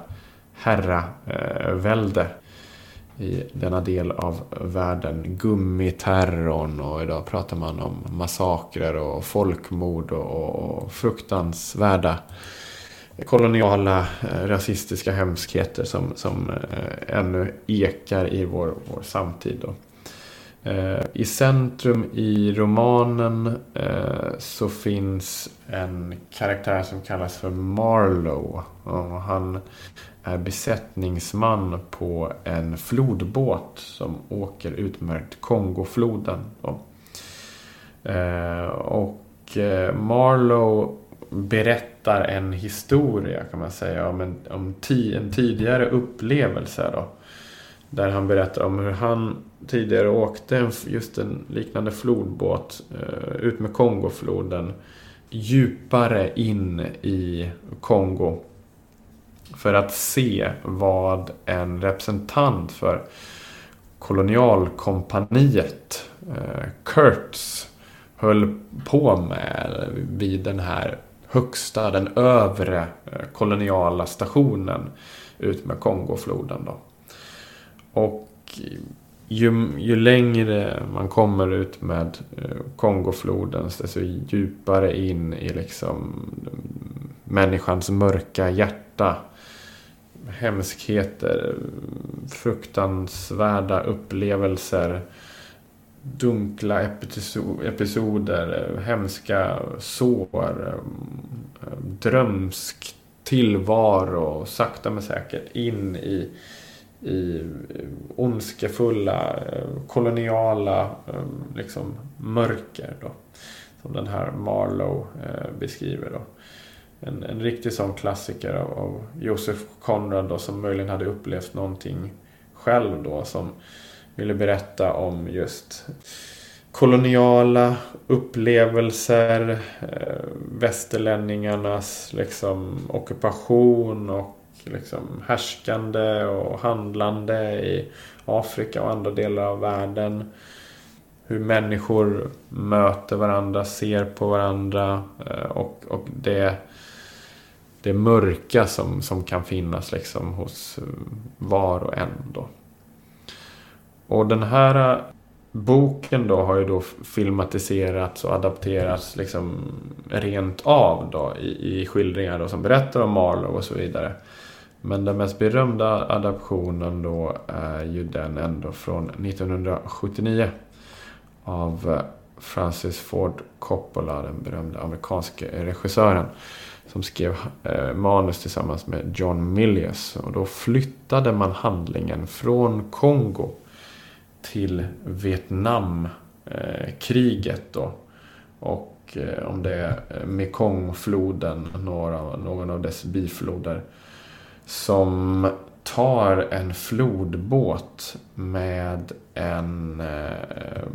herravälde i denna del av världen. Gummiterrorn, och idag pratar man om massakrer och folkmord och fruktansvärda koloniala rasistiska hemskheter som, som ännu ekar i vår, vår samtid då. I centrum i romanen eh, så finns en karaktär som kallas för Marlowe. Och han är besättningsman på en flodbåt som åker utmärkt Kongofloden. Eh, och eh, Marlowe berättar en historia, kan man säga, om en, om ti, en tidigare upplevelse då. Där han berättar om hur han tidigare åkte just en liknande flodbåt ut med Kongofloden djupare in i Kongo för att se vad en representant för kolonialkompaniet Kurtz höll på med vid den här högsta, den övre koloniala stationen ut med Kongofloden då. Och ju, ju längre man kommer ut med Kongofloden, desto djupare in i liksom människans mörka hjärta, hemskheter, fruktansvärda upplevelser, dunkla episoder, hemska sår, drömsk tillvaro, sakta men säkert in i i ondskefulla koloniala liksom mörker då, som den här Marlowe beskriver då. En, en riktig sån klassiker av, av Joseph Conrad då, som möjligen hade upplevt någonting själv då, som ville berätta om just koloniala upplevelser, eh, västerlänningarnas liksom ockupation och liksom härskande och handlande i Afrika och andra delar av världen. Hur människor möter varandra, ser på varandra och, och det, det mörka som, som kan finnas liksom hos var och en då. Och den här boken då har ju då filmatiserats och adapterats liksom rent av då i, i skildringar då som berättar om Marlowe och så vidare. Men den mest berömda adaptionen då är ju den ändå från nittonhundrasjuttionio av Francis Ford Coppola, den berömda amerikanska regissören, som skrev eh, manus tillsammans med John Milius. Och då flyttade man handlingen från Kongo till Vietnamkriget eh, då. Och eh, om det är Mekongfloden, några, någon av dess bifloder, som tar en flodbåt med en eh,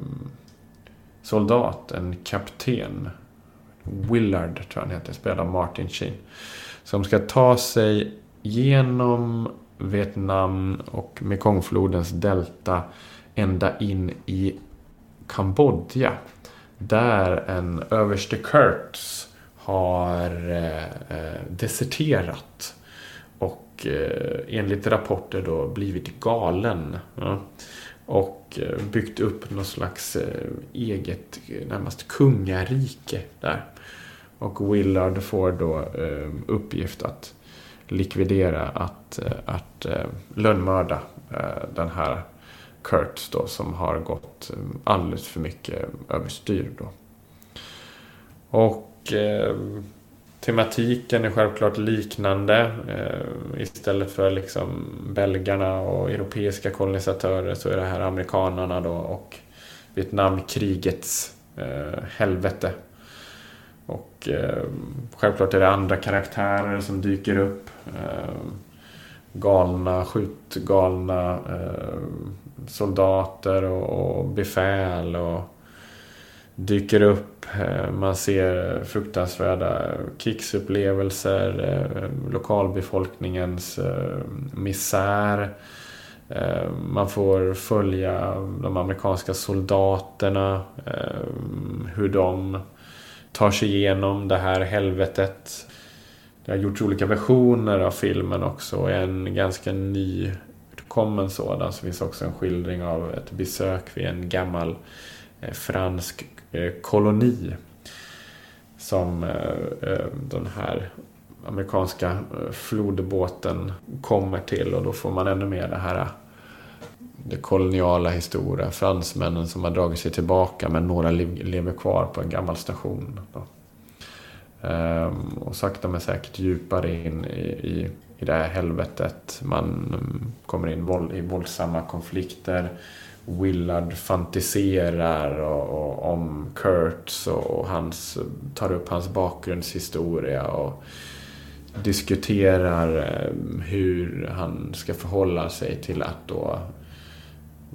soldat, en kapten, Willard tror jag han heter, spelad av Martin Sheen, som ska ta sig genom Vietnam och Mekongflodens delta ända in i Kambodja, där en överste Kurtz har eh, deserterat och eh, enligt rapporter då blivit galen, ja, och eh, byggt upp något slags eh, eget närmast kungarike där. Och Willard får då eh, uppgift att likvidera, att, eh, att eh, lönnmörda eh, den här Kurtz då, som har gått alldeles för mycket överstyr då. Och eh, tematiken är självklart liknande. Eh, istället för liksom belgarna och europeiska kolonisatörer så är det här amerikanerna då och Vietnamkrigets eh, helvete. Och eh, självklart är det andra karaktärer som dyker upp. Eh, galna, skjutgalna eh, soldater och, och befäl och dyker upp. Eh, man ser fruktansvärda krigsupplevelser, eh, lokalbefolkningens eh, misär. Eh, man får följa de amerikanska soldaterna, eh, hur de tar sig igenom det här helvetet. Det har gjorts olika versioner av filmen också. En ganska nykommen sådan. Så finns också en skildring av ett besök vid en gammal eh, fransk eh, koloni. Som eh, den här amerikanska eh, flodbåten kommer till. Och då får man ännu mer det här det koloniala historia. Fransmännen som har dragit sig tillbaka, men några lever kvar på en gammal station då. Um, och sakta men säkert djupare in i, i, i det här helvetet. Man um, kommer in våld, i våldsamma konflikter. Willard fantiserar och, och, om Kurtz och, och hans, tar upp hans bakgrundshistoria och diskuterar um, hur han ska förhålla sig till att då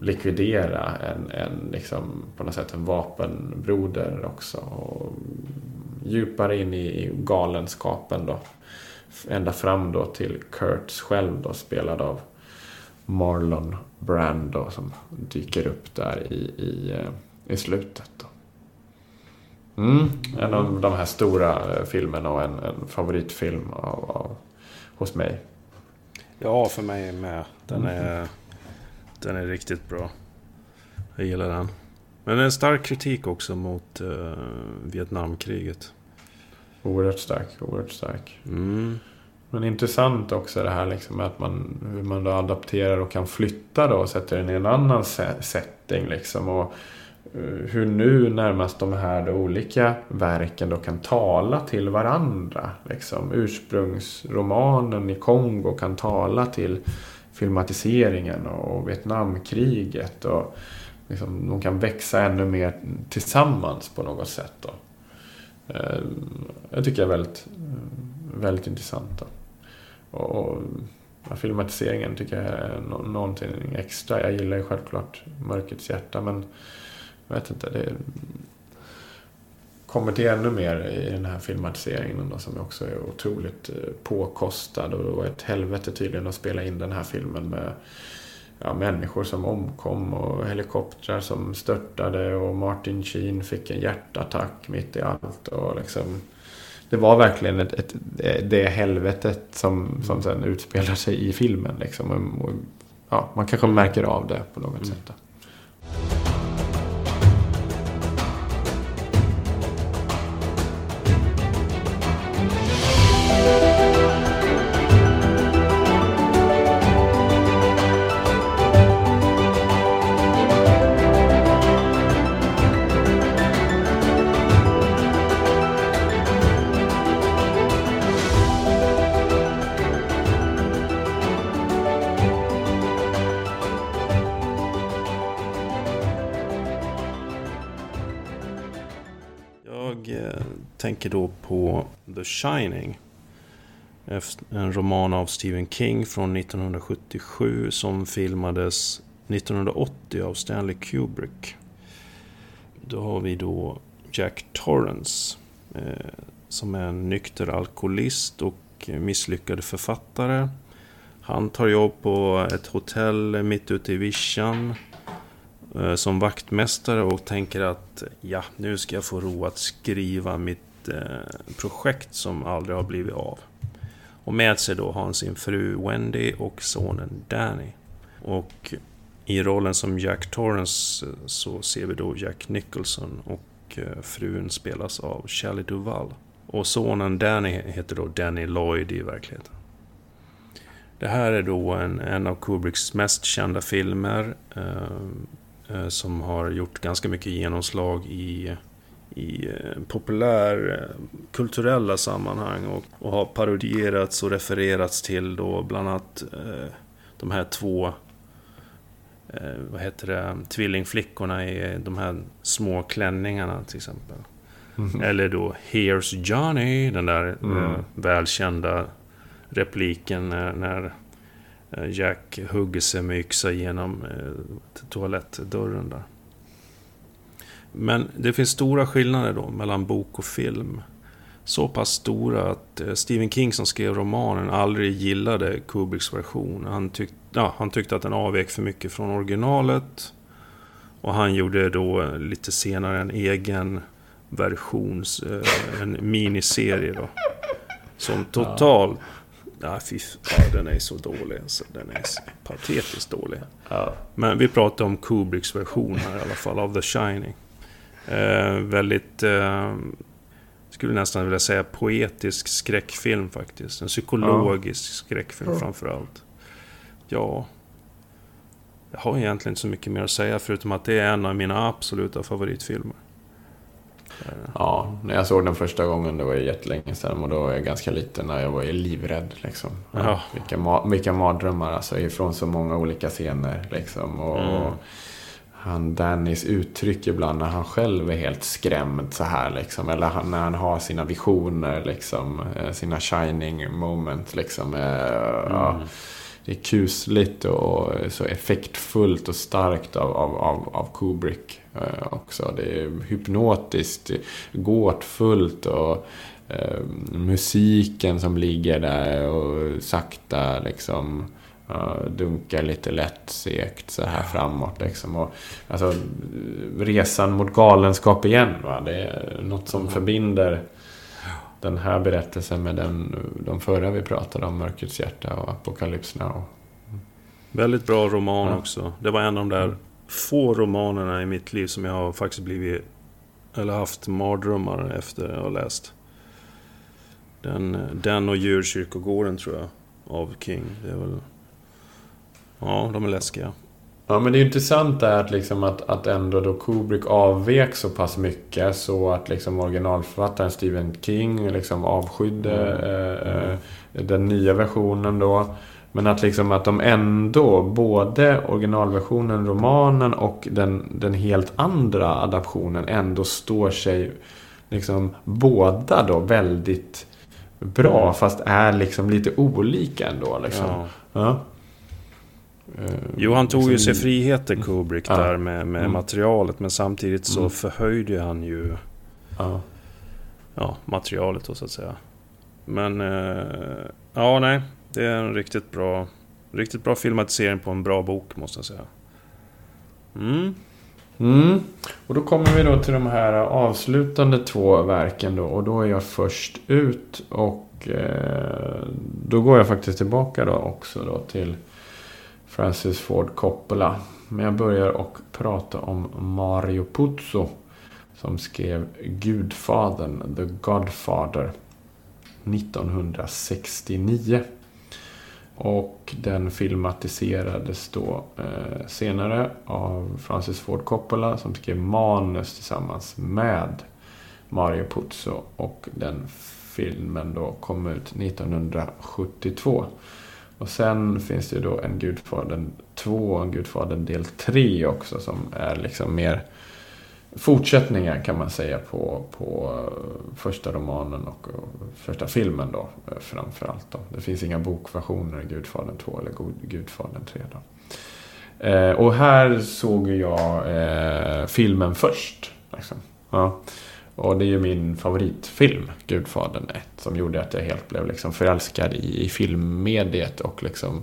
likvidera en, en liksom, på något sätt en vapenbroder också. Och djupare in i, i galenskapen då. Ända fram då till Kurtz själv då, spelad av Marlon Brando, som dyker upp där i, i, i slutet då. Mm, en av de här stora filmerna och en, en favoritfilm av, av, hos mig. Ja, för mig med. Den är, den är riktigt bra. Jag gillar den. Men en stark kritik också mot uh, Vietnamkriget. Oerhört stark, oerhört stark. Mm. Men intressant också det här liksom att man, hur man då adapterar och kan flytta då och sätter den i en annan setting liksom. Och hur nu närmast de här då olika verken då kan tala till varandra. Liksom. Ursprungsromanen i Kongo kan tala till filmatiseringen och Vietnamkriget. Och liksom, de kan växa ännu mer tillsammans på något sätt. Då. Jag tycker det är väldigt, väldigt intressant. Då. Och ja, filmatiseringen tycker jag är no- någonting extra. Jag gillar ju självklart Mörkrets hjärta, men jag vet inte, det kommer till ännu mer i den här filmatiseringen då, som också är otroligt påkostad, och det var ett helvete tydligen att spela in den här filmen med ja, människor som omkom och helikoptrar som störtade och Martin Sheen fick en hjärtattack mitt i allt och liksom, det var verkligen ett, ett, det helvetet som, som sen utspelar sig i filmen liksom. Och, ja, man kanske märker av det på något mm. sätt då. Tänker då på The Shining, en roman av Stephen King från nittonhundrasjuttiosju som filmades nittonhundraåttio av Stanley Kubrick. Då har vi då Jack Torrance eh, som är en nykter alkoholist och misslyckad författare. Han tar jobb på ett hotell mitt ute i vischan som vaktmästare och tänker att ja, nu ska jag få ro att skriva mitt eh, projekt som aldrig har blivit av. Och med sig då har han sin fru Wendy och sonen Danny. Och i rollen som Jack Torrance så ser vi då Jack Nicholson och eh, frun spelas av Shelley Duvall. Och sonen Danny heter då Danny Lloyd i verkligheten. Det här är då en, en av Kubricks mest kända filmer eh, som har gjort ganska mycket genomslag i, i populär kulturella sammanhang och, och har parodierats och refererats till då bland annat eh, de här två eh, vad heter det, tvillingflickorna i de här små klänningarna till exempel. Mm. Eller då Here's Johnny, den där mm. eh, välkända repliken när, när Jack hugger sig med yxa genom eh, toalettdörren där. Men det finns stora skillnader då mellan bok och film. Så pass stora att eh, Stephen King som skrev romanen aldrig gillade Kubricks version. Han, tyck, ja, han tyckte att den avvek för mycket från originalet. Och han gjorde då lite senare en egen version, eh, en miniserie då. Som total... Ja, fy, ja, den är så dålig. Alltså. Den är patetiskt dålig. Ja. Men vi pratar om Kubricks version här i alla fall av The Shining. Eh, väldigt, eh, skulle nästan vilja säga poetisk skräckfilm faktiskt. En psykologisk ja. skräckfilm ja. framförallt. Ja, jag har egentligen inte så mycket mer att säga förutom att det är en av mina absoluta favoritfilmer. Ja, när jag såg den första gången, det var ju jättelänge sedan och då var jag ganska liten när jag var livrädd liksom. Ja. Vilka, ma- vilka mardrömmar alltså, ifrån så många olika scener liksom. Och mm. han, Dannys uttryck ibland när han själv är helt skrämd så här liksom, eller han, när han har sina visioner liksom, sina shining moments liksom. Mm. Ja, det är kusligt och så effektfullt och starkt av, av, av, av Kubrick eh, också. Det är hypnotiskt, gåtfullt och eh, musiken som ligger där och sakta liksom uh, dunkar lite lätt segt så här framåt liksom. Och, alltså, resan mot galenskap igen, va? Det är något som mm. förbinder den här berättelsen med den, de förra vi pratade om, Mörkrets hjärta och Apocalypse Now. Väldigt bra roman ja. också. Det var en av de där få romanerna i mitt liv som jag har faktiskt blivit eller haft mardrömmar efter jag har läst. Den, den och Djurkyrkogården tror jag av King. Det är väl, ja, de är läskiga. Ja, men det är ju intressant är att, liksom att, att ändå då Kubrick avvek så pass mycket så att liksom originalförfattaren Stephen King liksom avskydde mm. eh, den nya versionen då. Men att liksom att de ändå, både originalversionen, romanen och den, den helt andra adaptionen ändå står sig liksom båda då väldigt bra, mm. fast är liksom lite olika ändå liksom. Ja. Ja. Jo, han tog ju sig friheter Kubrick ja. där med, med mm. materialet, men samtidigt så mm. förhöjde han ju ja. Ja, materialet då, så att säga. Men eh, ja, nej, det är en riktigt bra riktigt bra filmatisering på en bra bok, måste jag säga. Mm. Mm. Och då kommer vi då till de här avslutande två verken då, och då är jag först ut och eh, då går jag faktiskt tillbaka då också då till Francis Ford Coppola. Men jag börjar och prata om Mario Puzo som skrev Gudfadern, The Godfather, nittonhundrasextionio. Och den filmatiserades då eh, senare av Francis Ford Coppola som skrev manus tillsammans med Mario Puzo. Och den filmen då kom ut nittonhundrasjuttiotvå. Och sen finns det då en Gudfadern två och en Gudfadern del tre också som är liksom mer fortsättningar kan man säga på, på första romanen och första filmen då framförallt då. Det finns inga bokversioner i Gudfadern två eller Gudfadern tre då. Eh, och här såg jag eh, filmen först liksom. Ja. Och det är ju min favoritfilm, Gudfadern ett, som gjorde att jag helt blev liksom förälskad i, i filmmediet och liksom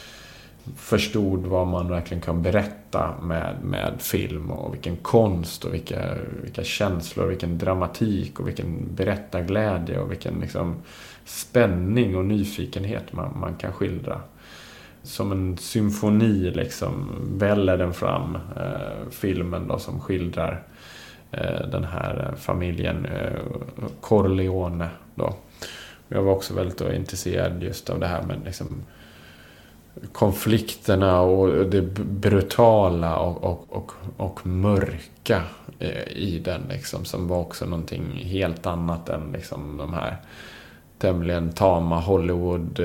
förstod vad man verkligen kan berätta med, med film och vilken konst och vilka, vilka känslor, vilken dramatik och vilken berättarglädje och vilken liksom spänning och nyfikenhet man, man kan skildra. Som en symfoni liksom väller den fram, eh, filmen då, som skildrar den här familjen Corleone då. Jag var också väldigt då intresserad just av det här med liksom konflikterna och det brutala och, och, och, och mörka i den liksom, som var också någonting helt annat än liksom de här tämligen tama Hollywood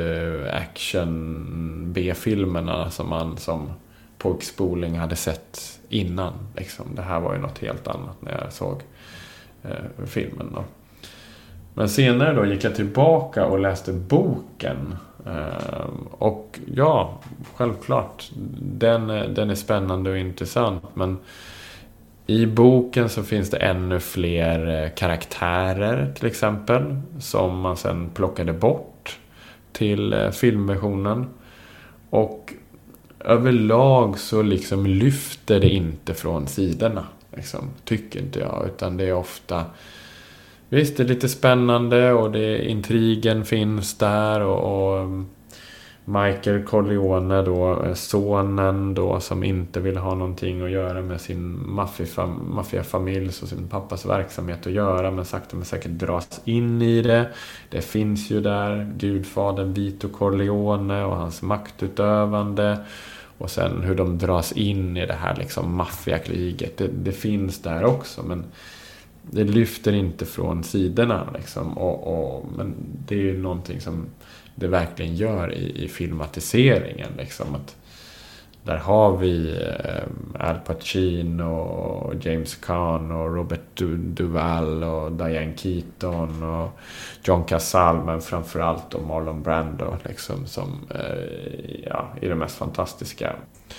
action B-filmerna som man som pojkspoling hade sett innan liksom. Det här var ju något helt annat när jag såg eh, filmen då. Men senare då gick jag tillbaka och läste boken eh, och ja, självklart den, den är spännande och intressant, men i boken så finns det ännu fler karaktärer till exempel som man sen plockade bort till eh, filmversionen, och överlag så liksom lyfter det inte från sidorna liksom, tycker inte jag, utan det är ofta visst, det är lite spännande och det, intrigen finns där och, och Michael Corleone då, sonen då som inte vill ha någonting att göra med sin maffiafamilj och sin pappas verksamhet att göra, men sakta men säkert dras in i det. Det finns ju där gudfadern Vito Corleone och hans maktutövande, och sen hur de dras in i det här liksom maffiakriget. Det, det finns där också, men det lyfter inte från sidorna liksom, och, och, men det är ju någonting som det verkligen gör i, i filmatiseringen liksom, att där har vi eh, Al Pacino och James Caan och Robert du- Duvall och Diane Keaton och John Cazale, men framförallt då Marlon Brando liksom, som eh, ja, i den mest fantastiska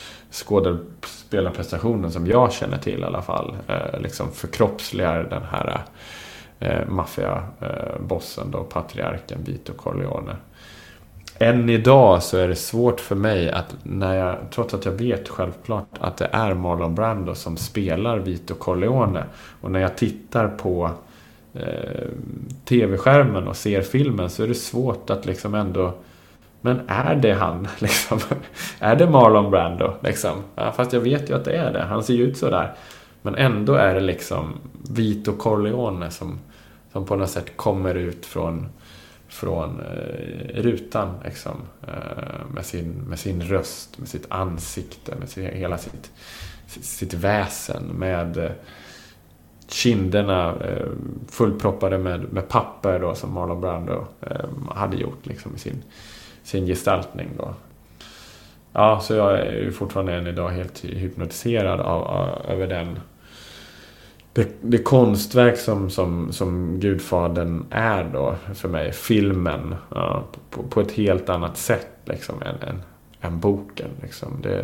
skådespelarprestationen som jag känner till i alla fall, eh, liksom förkroppsligar den här eh, maffiabossen då, patriarken Vito Corleone. Än idag så är det svårt för mig att, när jag, trots att jag vet självklart att det är Marlon Brando som spelar Vito Corleone, och när jag tittar på eh, tv-skärmen och ser filmen, så är det svårt att liksom ändå, men är det han liksom? Är det Marlon Brando liksom? Ja, fast jag vet ju att det är det, han ser ju ut så där, men ändå är det liksom Vito Corleone som, som på något sätt kommer ut från från eh, rutan liksom, eh, med, sin, med sin röst, med sitt ansikte, med sin, hela sitt, sitt väsen, med eh, kinderna eh, fullproppade med, med papper då, som Marlon Brando eh, hade gjort liksom, i sin, sin gestaltning då. Ja, så jag är ju fortfarande än idag helt hypnotiserad av, av, över den Det, det konstverk som, som, som Gudfadern är då för mig, filmen, ja, på, på ett helt annat sätt liksom, än, än, än boken liksom. Det,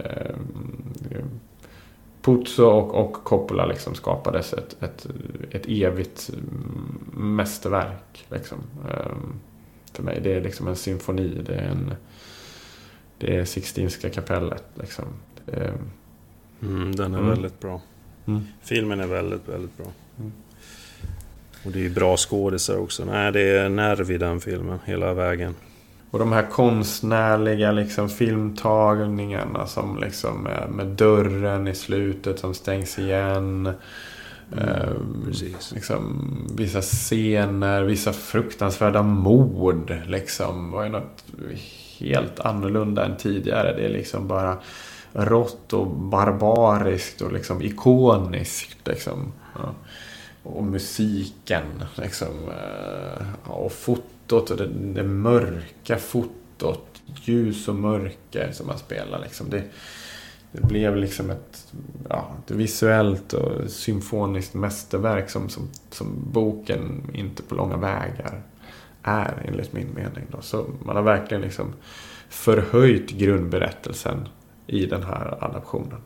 det, Puzo och, och Coppola liksom skapades ett, ett, ett evigt mästerverk liksom, för mig. Det är liksom en symfoni, det är en det är Sixtinska kapellet liksom. Det är, mm, den är mm. väldigt bra. Mm. Filmen är väldigt, väldigt bra. Mm. Och det är ju bra skådisar också. Nej, det är nerv i den filmen hela vägen. Och de här konstnärliga liksom filmtagningarna som liksom med, med dörren i slutet som stängs igen. Mm, eh, precis. Liksom, vissa scener, vissa fruktansvärda mord liksom var ju något helt annorlunda än tidigare. Det är liksom bara rått och barbariskt och liksom ikoniskt liksom. Ja. Och musiken liksom, och fotot och det, det mörka fotot, ljus och mörker som man spelar liksom. Det, det blev liksom ett, ja, ett visuellt och symfoniskt mästerverk som, som, som boken inte på långa vägar är, enligt min mening då. Så man har verkligen liksom förhöjt grundberättelsen i den här adaptionen.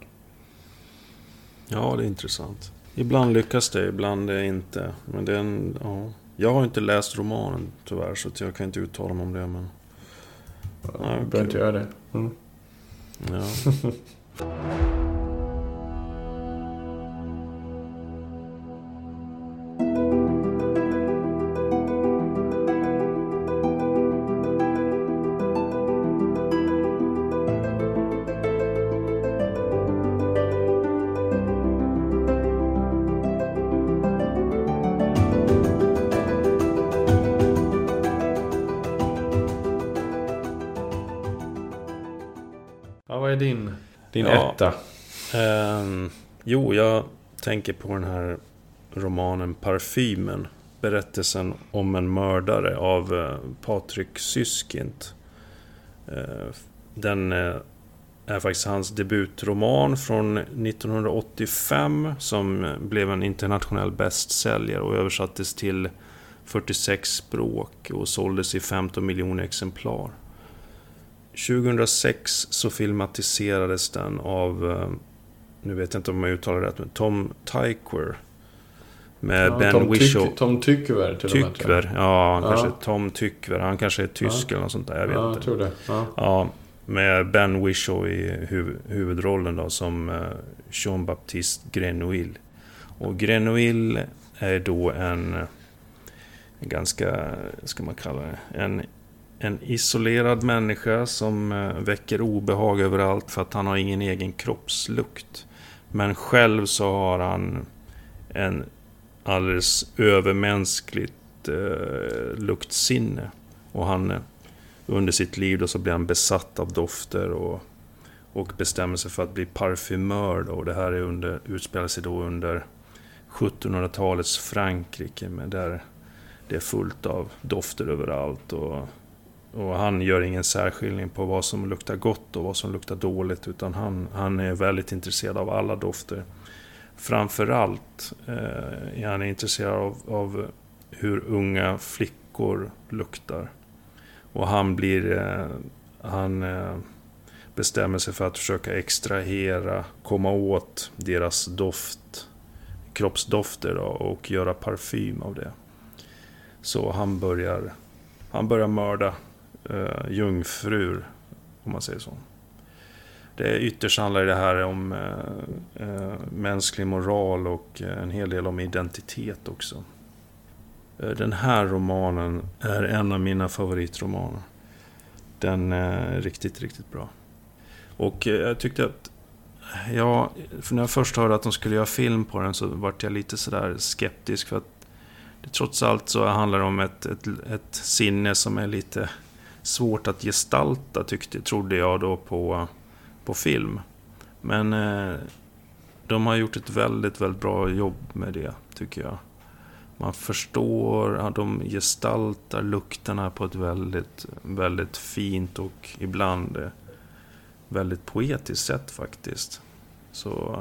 Ja, det är intressant. Ibland lyckas det, ibland det inte. Men det är en, ja. Jag har inte läst romanen tyvärr, så jag kan inte uttala mig om det. Men... Ja, nej, jag behöver inte göra det. Mm. Ja. Din, din ja, etta. Eh, jo, jag tänker på den här romanen Parfymen. Berättelsen om en mördare av eh, Patrik Süskind. Eh, den eh, är faktiskt hans debutroman från nittonhundraåttiofem som blev en internationell bestsäljare och översattes till fyrtiosex språk och såldes i femton miljoner exemplar. tjugohundrasex så filmatiserades den av, nu vet jag inte om jag uttalar det rätt, men Tom Tykwer med ja, Ben Tom Whishaw. Tyk, Tom Tykwer till Tykwer, och med, ja, ja. kanske Tom Tykwer. Han kanske är tysk ja. eller något sånt där, jag vet ja, inte. Jag tror det. Ja. Ja, med Ben Whishaw i huv- huvudrollen då, som uh, Jean-Baptiste Grenouille. Och Grenouille är då en, en ganska, ska man kalla det, en En isolerad människa som väcker obehag överallt för att han har ingen egen kroppslukt. Men själv så har han en alldeles övermänskligt eh, luktsinne. Och han under sitt liv då så blir han besatt av dofter och, och bestämmer sig för att bli parfymör. Då. Och det här är under, utspelar sig då under sjuttonhundratalets Frankrike, med där det är fullt av dofter överallt och och han gör ingen särskiljning på vad som luktar gott och vad som luktar dåligt, utan han, han är väldigt intresserad av alla dofter. Framförallt eh, är han intresserad av, av hur unga flickor luktar. Och han blir eh, han eh, bestämmer sig för att försöka extrahera, komma åt deras doft, kroppsdofter då, och göra parfym av det. Så han börjar han börjar mörda eh, jungfrur, om man säger så. Det ytterst handlar det här om eh, eh, mänsklig moral och en hel del om identitet också. Eh, den här romanen är en av mina favoritromaner. Den är riktigt, riktigt bra. Och eh, jag tyckte att ja, för när jag först hörde att de skulle göra film på den så var jag lite sådär skeptisk, för att det, trots allt så handlar det om ett, ett, ett sinne som är lite svårt att gestalta, tyckte, trodde jag då på, på film. Men eh, de har gjort ett väldigt, väldigt bra jobb med det, tycker jag. Man förstår, ja, de gestaltar lukterna på ett väldigt, väldigt fint och ibland eh, väldigt poetiskt sätt faktiskt. Så,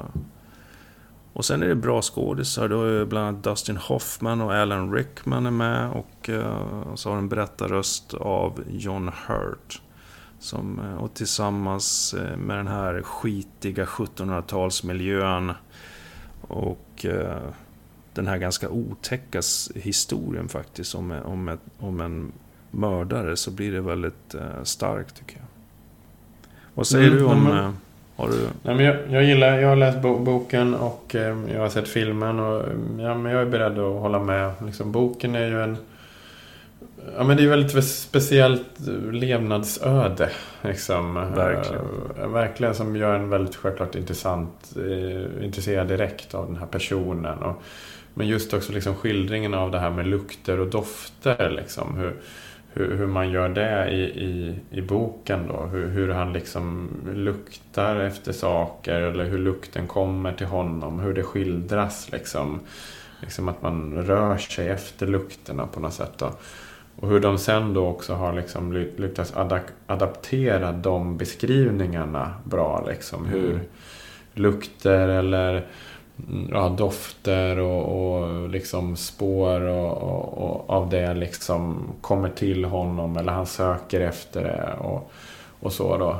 och sen är det bra skådisar. Då är bland annat Dustin Hoffman och Alan Rickman är med, och, och så har en berättarröst av John Hurt som, och tillsammans med den här skitiga sjuttonhundratalsmiljön och den här ganska otäcka historien faktiskt om, om, ett, om en mördare, så blir det väldigt starkt, tycker jag. Vad säger mm, du om... Men, har du... Nej, men jag, jag gillar, jag har läst bo- boken och eh, jag har sett filmen och ja, men jag är beredd att hålla med. Liksom, boken är ju en... Ja, men det är väldigt speciellt levnadsöde. Liksom. Verkligen. Äh, verkligen, som gör en väldigt självklart intressant, eh, intresserad direkt av den här personen. Och, men just också liksom skildringen av det här med lukter och dofter. Liksom, hur... Hur, hur man gör det i, i, i boken då. Hur, hur han liksom luktar efter saker. Eller hur lukten kommer till honom. Hur det skildras liksom. Liksom att man rör sig efter lukterna på något sätt då. Och hur de sen då också har liksom lyckats adap- adaptera de beskrivningarna bra. Liksom. Hur mm. lukter eller... Ja, dofter och, och liksom spår och, och, och av det liksom kommer till honom, eller han söker efter det och, och så då.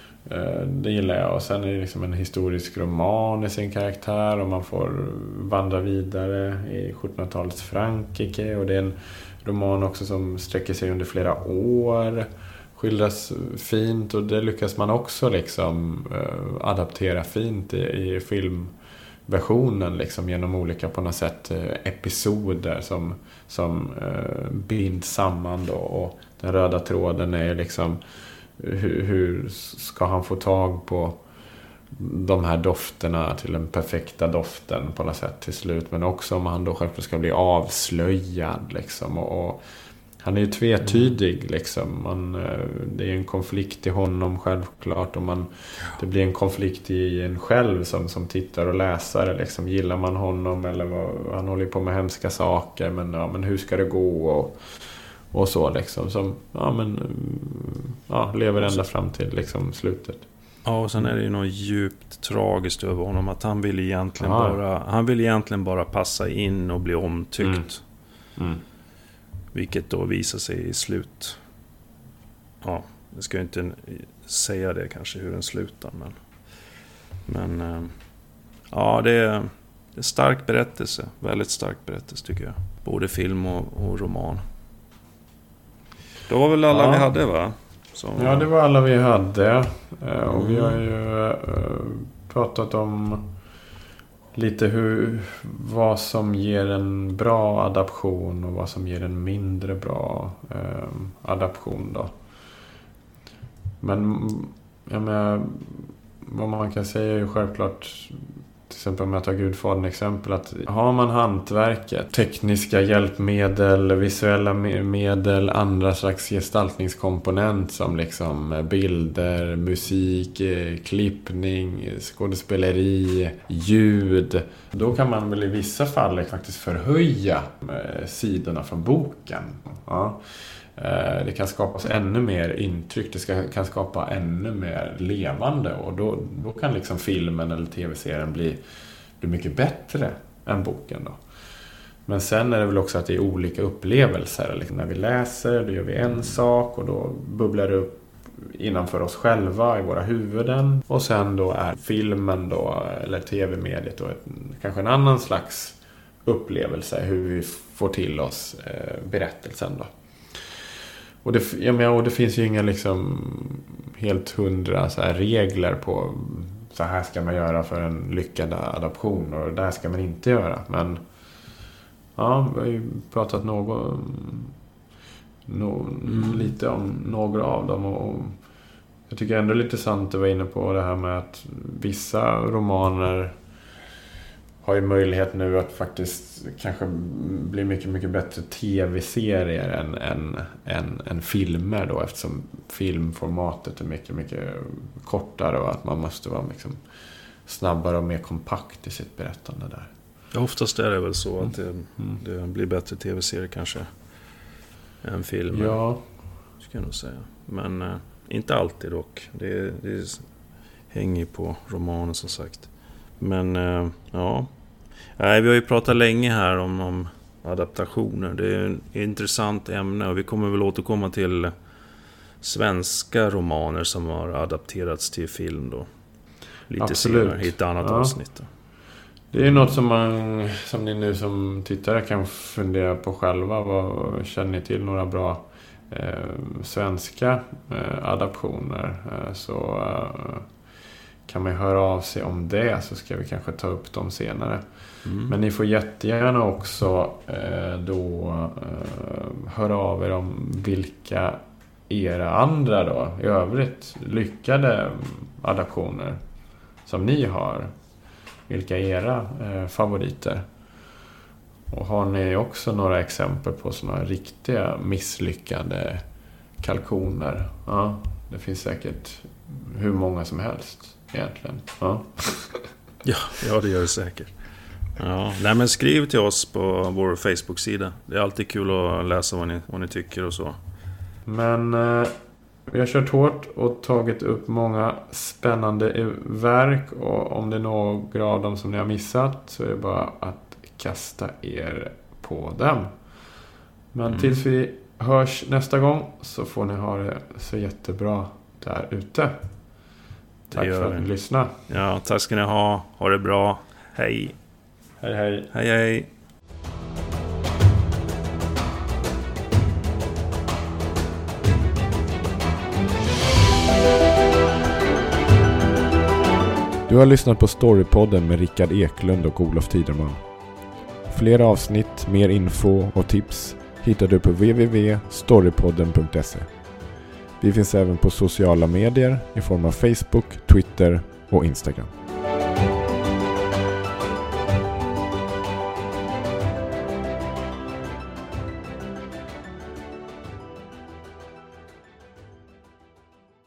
Det gillar jag. Och sen är det liksom en historisk roman i sin karaktär, och man får vandra vidare i sjuttonhundratalets Frankrike, och det är en roman också som sträcker sig under flera år, skildras fint, och det lyckas man också liksom adaptera fint i, i film versionen liksom, genom olika på något sätt episoder som, som eh, binds samman då, och den röda tråden är liksom hur, hur ska han få tag på de här dofterna till den perfekta doften på något sätt till slut, men också om han då självklart ska bli avslöjad liksom, och, och han är ju tvetydig mm. liksom. Man, det är en konflikt i honom självklart, och man, det blir en konflikt i en själv som, som tittar och läsare liksom. Gillar man honom, eller vad, han håller på med hemska saker, men, ja, men hur ska det gå och, och så liksom, som ja, men, ja, lever ända fram till liksom, slutet. Ja, och sen är det ju något djupt tragiskt över honom, att han vill egentligen, bara, han vill egentligen bara passa in och bli omtyckt. Mm. Mm. Vilket då visar sig i slut. Ja, jag ska ju inte säga det kanske hur den slutar. Men, men ja, det är en stark berättelse. Väldigt stark berättelse tycker jag. Både film och, och roman. Det var väl alla ja. vi hade, va? Så, ja, det var alla vi hade. Och mm. vi har ju pratat om lite hur, vad som ger en bra adaption och vad som ger en mindre bra eh, adaption då. Men jag menar, vad man kan säga är ju självklart, till exempel om jag tar Gudfadern exempel, att har man hantverket, tekniska hjälpmedel, visuella medel, andra slags gestaltningskomponent som liksom bilder, musik, klippning, skådespeleri, ljud, då kan man väl i vissa fall faktiskt förhöja sidorna från boken. Ja. Eh, det kan skapas ännu mer intryck. Det ska, kan skapa ännu mer levande. Och då, då kan liksom filmen eller tv-serien bli, bli mycket bättre än boken då. Men sen är det väl också att det är olika upplevelser. Liksom när vi läser, då gör vi en sak och då bubblar det upp innanför oss själva i våra huvuden. Och sen då är filmen då, eller tv-mediet då, ett, kanske en annan slags upplevelse hur vi får till oss eh, berättelsen då. Och det, jag menar, och det finns ju inga liksom helt hundra så här regler på så här ska man göra för en lyckad adaption och det här ska man inte göra. Men ja, vi har ju pratat något, no, mm. lite om några av dem och jag tycker ändå lite sant att vara inne på det här med att vissa romaner har ju möjlighet nu att faktiskt kanske bli mycket, mycket bättre tv-serier än, än, än, än filmer då, eftersom filmformatet är mycket, mycket kortare och att man måste vara liksom snabbare och mer kompakt i sitt berättande där. Ja, oftast är det väl så att det, mm. det blir bättre tv-serier kanske än filmer. Ja. Ska jag nog säga. Men äh, inte alltid dock. Det, det hänger på romanen som sagt. Men äh, ja, Nej, vi har ju pratat länge här om, om adaptationer. Det är ett intressant ämne och vi kommer väl återkomma till svenska romaner som har adapterats till film då. Lite Absolut. senare, i ett annat ja. avsnitt då. Det är något som man, som ni nu som tittare kan fundera på själva. Vad, känner ni till några bra eh, svenska eh, adaptioner? Eh, så eh, kan man höra av sig om det, så ska vi kanske ta upp dem senare. Mm. Men ni får jättegärna också eh, då eh, höra av er om vilka era andra då i övrigt lyckade adaptioner som ni har. Vilka är era eh, favoriter? Och har ni också några exempel på sådana riktiga misslyckade kalkoner? Ja, det finns säkert hur många som helst egentligen. Ja, ja, ja det gör det säkert. Ja, nej, men skriv till oss på vår Facebook-sida. Det är alltid kul att läsa vad ni, vad ni tycker och så. Men eh, vi har kört hårt och tagit upp många spännande verk. Och om det är några av dem som ni har missat så är det bara att kasta er på dem. Men mm. tills vi hörs nästa gång så får ni ha det så jättebra där ute. Tack för att ni lyssnade. Ja, tack ska ni ha. Ha det bra. Hej. Hej, hej. Hej, hej. Du har lyssnat på Storypodden med Rickard Eklund och Olof Tiderman. Fler avsnitt, mer info och tips hittar du på w w w punkt storypodden punkt se. Vi finns även på sociala medier i form av Facebook, Twitter och Instagram.